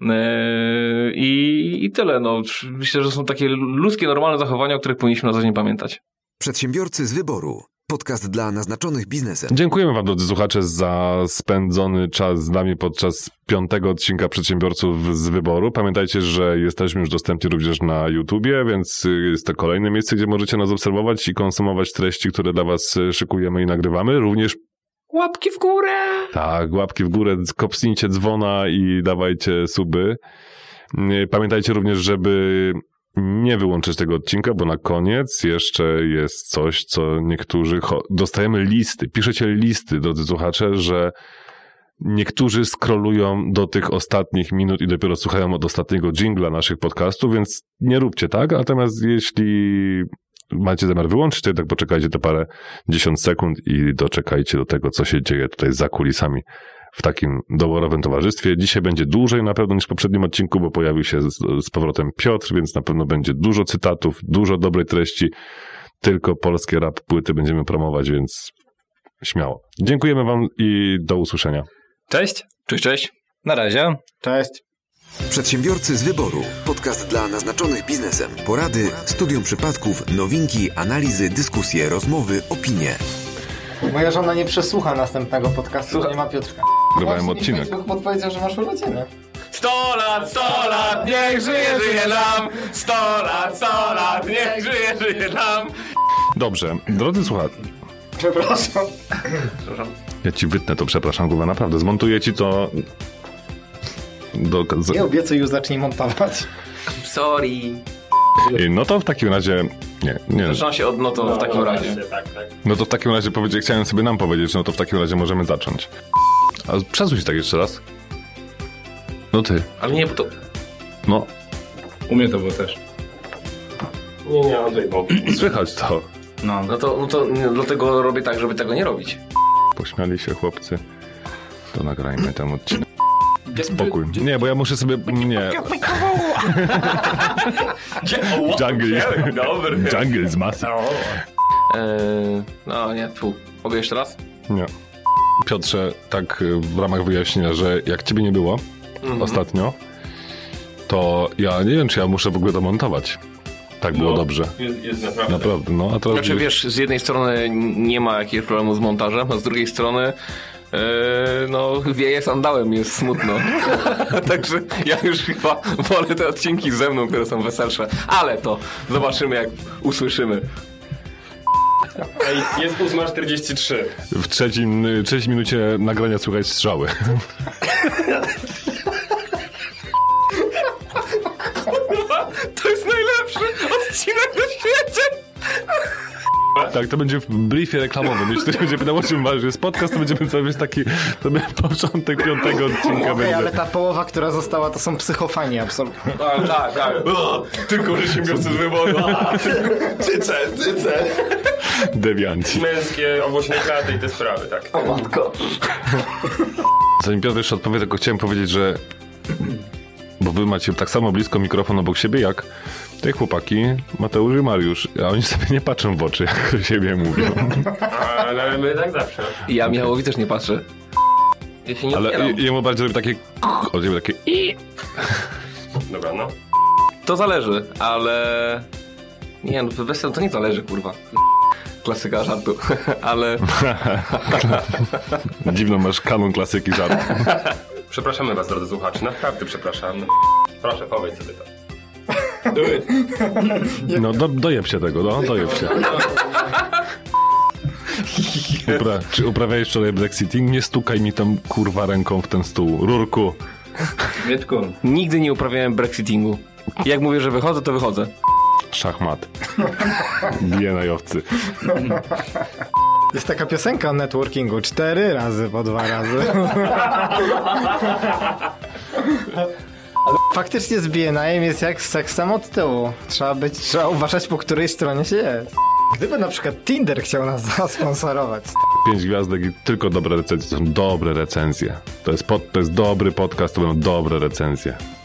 I, i tyle, no. Myślę, że są takie ludzkie, normalne zachowania, o których powinniśmy na co dzień pamiętać. Przedsiębiorcy z wyboru. Podcast dla naznaczonych biznesem. Dziękujemy wam, drodzy słuchacze, za spędzony czas z nami podczas piątego odcinka Przedsiębiorców z wyboru. Pamiętajcie, że jesteśmy już dostępni również na YouTubie, więc jest to kolejne miejsce, gdzie możecie nas obserwować i konsumować treści, które dla was szykujemy i nagrywamy. Również łapki w górę! Tak, łapki w górę, kopsnijcie dzwona i dawajcie suby. Pamiętajcie również, żeby nie wyłączyć tego odcinka, bo na koniec jeszcze jest coś, co niektórzy... Dostajemy listy, piszecie listy, drodzy słuchacze, że niektórzy scrollują do tych ostatnich minut i dopiero słuchają od ostatniego dżingla naszych podcastów, więc nie róbcie tak. Natomiast jeśli macie zamiar wyłączyć, to jednak poczekajcie te parę dziesiąt sekund i doczekajcie do tego, co się dzieje tutaj za kulisami w takim doborowym towarzystwie. Dzisiaj będzie dłużej na pewno niż w poprzednim odcinku, bo pojawił się z, z powrotem Piotr, więc na pewno będzie dużo cytatów, dużo dobrej treści. Tylko polskie rap płyty będziemy promować, więc śmiało. Dziękujemy wam i do usłyszenia. Cześć. Cześć, cześć. Na razie. Cześć. Przedsiębiorcy z wyboru. Podcast dla naznaczonych biznesem. Porady, studium przypadków, nowinki, analizy, dyskusje, rozmowy, opinie. Moja żona nie przesłucha następnego podcastu, Słucha. Nie ma Piotrka. Grywałem odcinek. Facebook podpowiedział, że masz urodziny. Sto lat, sto lat, niech żyje, żyje nam! Sto lat, sto lat, niech żyje, żyje nam! Dobrze, drodzy słuchacze. Przepraszam. Przepraszam. Ja ci wytnę to, przepraszam, Kuba, naprawdę. Zmontuję ci to... Do... Nie obiecuj, już zacznij montować. Sorry. No to w takim razie... Nie, nie. Zaczynam się od no to no, w takim razie. Tak, tak. No to w takim razie powiedzieć, chciałem sobie nam powiedzieć, no to w takim razie możemy zacząć. A przesuń się tak jeszcze raz. No ty. Ale nie, bo to... No. U mnie to było też. Nie, nie, Andrzej, bo... Słychać to. No, no to, no to no, dlatego robię tak, żeby tego nie robić. Pośmiali się chłopcy. To nagrajmy ten odcinek. Spokój. Nie, bo ja muszę sobie... Nie. Jungle. Dobry. Jungle is massive. Eee, no nie, tu. Mogę jeszcze raz? Nie. Piotrze, tak w ramach wyjaśnienia, że jak ciebie nie było mhm. ostatnio, to ja nie wiem, czy ja muszę w ogóle to montować. Tak było no, dobrze. Jest, jest naprawdę. Naprawdę, no. A teraz znaczy wiesz, z jednej strony nie ma jakiegoś problemu z montażem, a z drugiej strony Yy, no wieje sandałem, jest smutno. Także ja już chyba wolę te odcinki ze mną, które są weselsze. Ale to zobaczymy, jak usłyszymy. Ej, jest ósma czterdzieści trzy. W trzecim, trzeciej minucie nagrania słychać strzały. To jest najlepszy odcinek na świecie! Tak, to będzie w briefie reklamowym. Jeśli ktoś będzie pytał, o czym waży jest podcast, to będziemy sobie taki, to będzie początek piątego odcinka. Okay, będzie. Ale ta połowa, która została, to są psychofani absolutnie. Tak, tak, tak. O, tylko przedsiębiorcy z wyboru. Cyce, cyce. Dewianci. Męskie, owłośnie kraty i te sprawy, tak. O matko. Zanim Piotr jeszcze odpowie, tylko chciałem powiedzieć, że bo wy macie tak samo blisko mikrofon obok siebie, jak te chłopaki, Mateusz i Mariusz, a oni sobie nie patrzą w oczy, jak do siebie mówią. Ale my tak zawsze. Ja Michałowi też nie patrzę. Ja się nie Ale otwieram. jemu bardziej robi takie od siebie takie i. Dobra, no. To zależy, ale... Nie no, bez sensu to nie zależy, kurwa. Klasyka żartu, ale... Dziwno, masz kanon klasyki żartu. Przepraszamy was, drodzy słuchacze, naprawdę przepraszamy. Proszę, powiedz sobie to. No, do, dojeb się tego, no, dojeb się. Upra- czy uprawiałeś wczoraj Brexiting? Nie stukaj mi tam, kurwa, ręką w ten stół. Rurku. Wietku. Nigdy nie uprawiałem brexitingu. Jak mówię, że wychodzę, to wychodzę. Szachmat. Bije najowcy. Jest taka piosenka o networkingu. Cztery razy po dwa razy. Ale faktycznie z B N I-em jest jak z seksem od tyłu. Trzeba być, trzeba uważać, po której stronie się jest. Gdyby na przykład Tinder chciał nas zasponsorować. Pięć gwiazdek i tylko dobre recenzje. To są dobre recenzje. To jest, pod, to jest dobry podcast, to będą dobre recenzje.